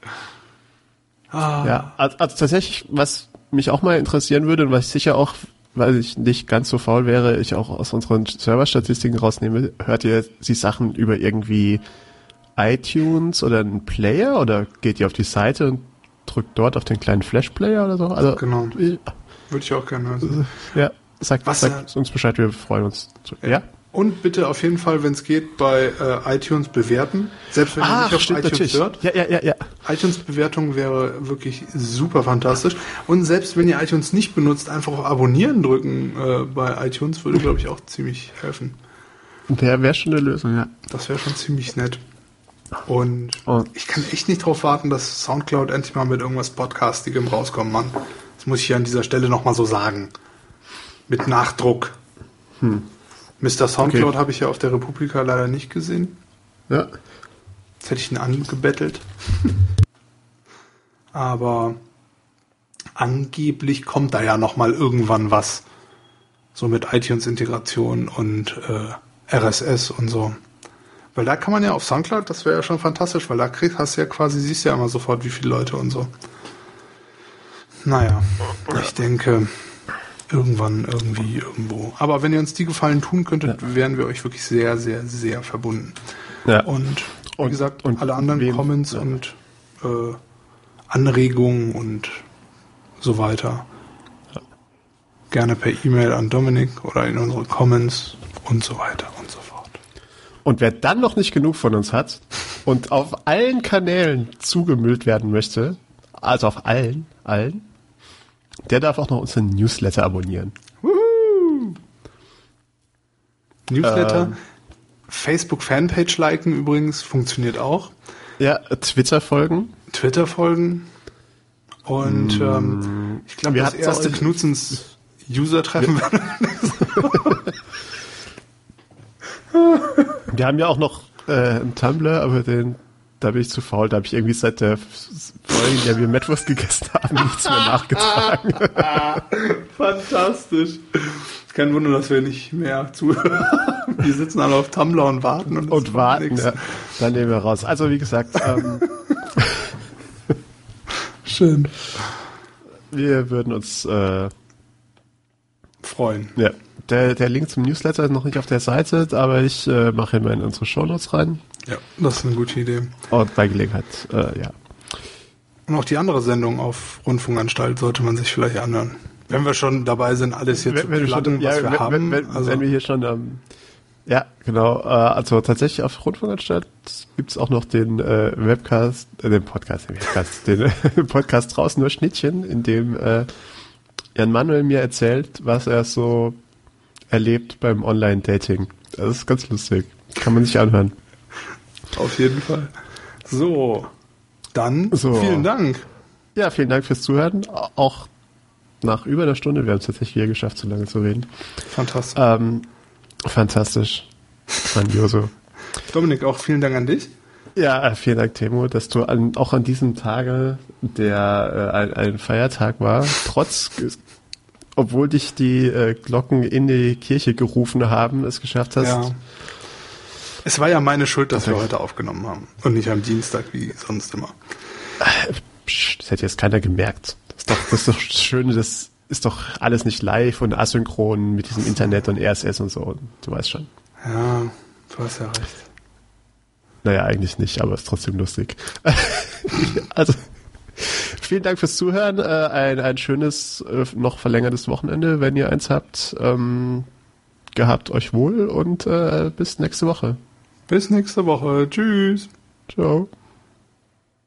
Ja, also tatsächlich, was mich auch mal interessieren würde und was ich sicher auch, weil ich nicht ganz so faul wäre, ich auch aus unseren Serverstatistiken rausnehme, hört ihr die Sachen über irgendwie iTunes oder einen Player oder geht ihr auf die Seite und drückt dort auf den kleinen Flash-Player oder so? Also, Genau. Würde ich auch gerne hören. Ja, sagt uns Bescheid, wir freuen uns. Ja? Und bitte auf jeden Fall, wenn es geht, bei iTunes bewerten. Selbst wenn ihr nicht auf iTunes natürlich. hört. Ja. iTunes-Bewertung wäre wirklich super fantastisch. Und selbst wenn ihr iTunes nicht benutzt, einfach auf Abonnieren drücken bei iTunes würde, glaube ich, auch ziemlich helfen. Wäre schon eine Lösung, ja. Das wäre schon ziemlich nett. Und Oh. ich kann echt nicht drauf warten, dass Soundcloud endlich mal mit irgendwas Podcastigem rauskommt, Mann. Das muss ich hier an dieser Stelle nochmal so sagen. Mit Nachdruck. Mr. Soundcloud habe ich ja auf der Republika leider nicht gesehen. Ja. Jetzt hätte ich ihn angebettelt. Aber angeblich kommt da ja nochmal irgendwann was. So mit iTunes-Integration und RSS und so. Weil da kann man ja auf Soundcloud, das wäre ja schon fantastisch, weil da hast du ja quasi, siehst ja immer sofort, wie viele Leute und so. Naja, ich denke, irgendwann, irgendwie, irgendwo. Aber wenn ihr uns die Gefallen tun könntet, wären wir euch wirklich sehr, sehr, sehr verbunden. Ja. Und wie gesagt, und alle anderen Comments und Anregungen und so weiter. Gerne per E-Mail an Dominik oder in unsere Comments und so weiter und so fort. Und wer dann noch nicht genug von uns hat und auf allen Kanälen zugemüllt werden möchte, also auf allen, der darf auch noch unseren Newsletter abonnieren. Woohoo! Newsletter, Facebook-Fanpage liken übrigens, funktioniert auch. Ja, Twitter folgen. Twitter folgen. Und ich glaube, das erste Knutzens User-Treffen wird. Wir haben ja auch noch einen Tumblr, aber den Da bin ich zu faul. Da habe ich irgendwie seit der Folge, in der wir Metwurst gegessen haben, nichts mehr nachgetragen. Fantastisch. Kein Wunder, dass wir nicht mehr zuhören. Wir sitzen alle auf Tumblr und warten. Und warten, ja. Dann nehmen wir raus. Also wie gesagt, schön. Wir würden uns freuen. Ja. Der Link zum Newsletter ist noch nicht auf der Seite, aber ich mache ihn mal in unsere Shownotes rein. Ja, das ist eine gute Idee. Und bei Gelegenheit, ja. Und auch die andere Sendung auf Rundfunkanstalt sollte man sich vielleicht anhören. Wenn wir schon dabei sind, alles hier zu pluggen, was wir haben. Wenn wir hier schon, ja, genau. Also tatsächlich auf Rundfunkanstalt gibt's auch noch den den Podcast draußen nur Schnittchen, in dem Jan Manuel mir erzählt, was er so erlebt beim Online-Dating. Das ist ganz lustig. Kann man sich anhören. Auf jeden Fall. So, dann vielen Dank. Ja, vielen Dank fürs Zuhören. Auch nach über einer Stunde. Wir haben es tatsächlich wieder geschafft, so lange zu reden. Fantastisch. Fantastisch. Grandioso. Dominik, auch vielen Dank an dich. Ja, vielen Dank, Timo, dass du auch an diesem Tage, der ein Feiertag war, obwohl dich die Glocken in die Kirche gerufen haben, es geschafft hast. Ja. Es war ja meine Schuld, dass wir heute aufgenommen haben und nicht am Dienstag wie sonst immer. Das hätte jetzt keiner gemerkt. Das ist doch das Schöne, das ist doch alles nicht live und asynchron mit diesem Internet und RSS und so. Du weißt schon. Ja, du hast ja recht. Naja, eigentlich nicht, aber ist trotzdem lustig. Also, vielen Dank fürs Zuhören. Ein schönes, noch verlängertes Wochenende, wenn ihr eins habt. Gehabt euch wohl und bis nächste Woche. Bis nächste Woche. Tschüss. Ciao.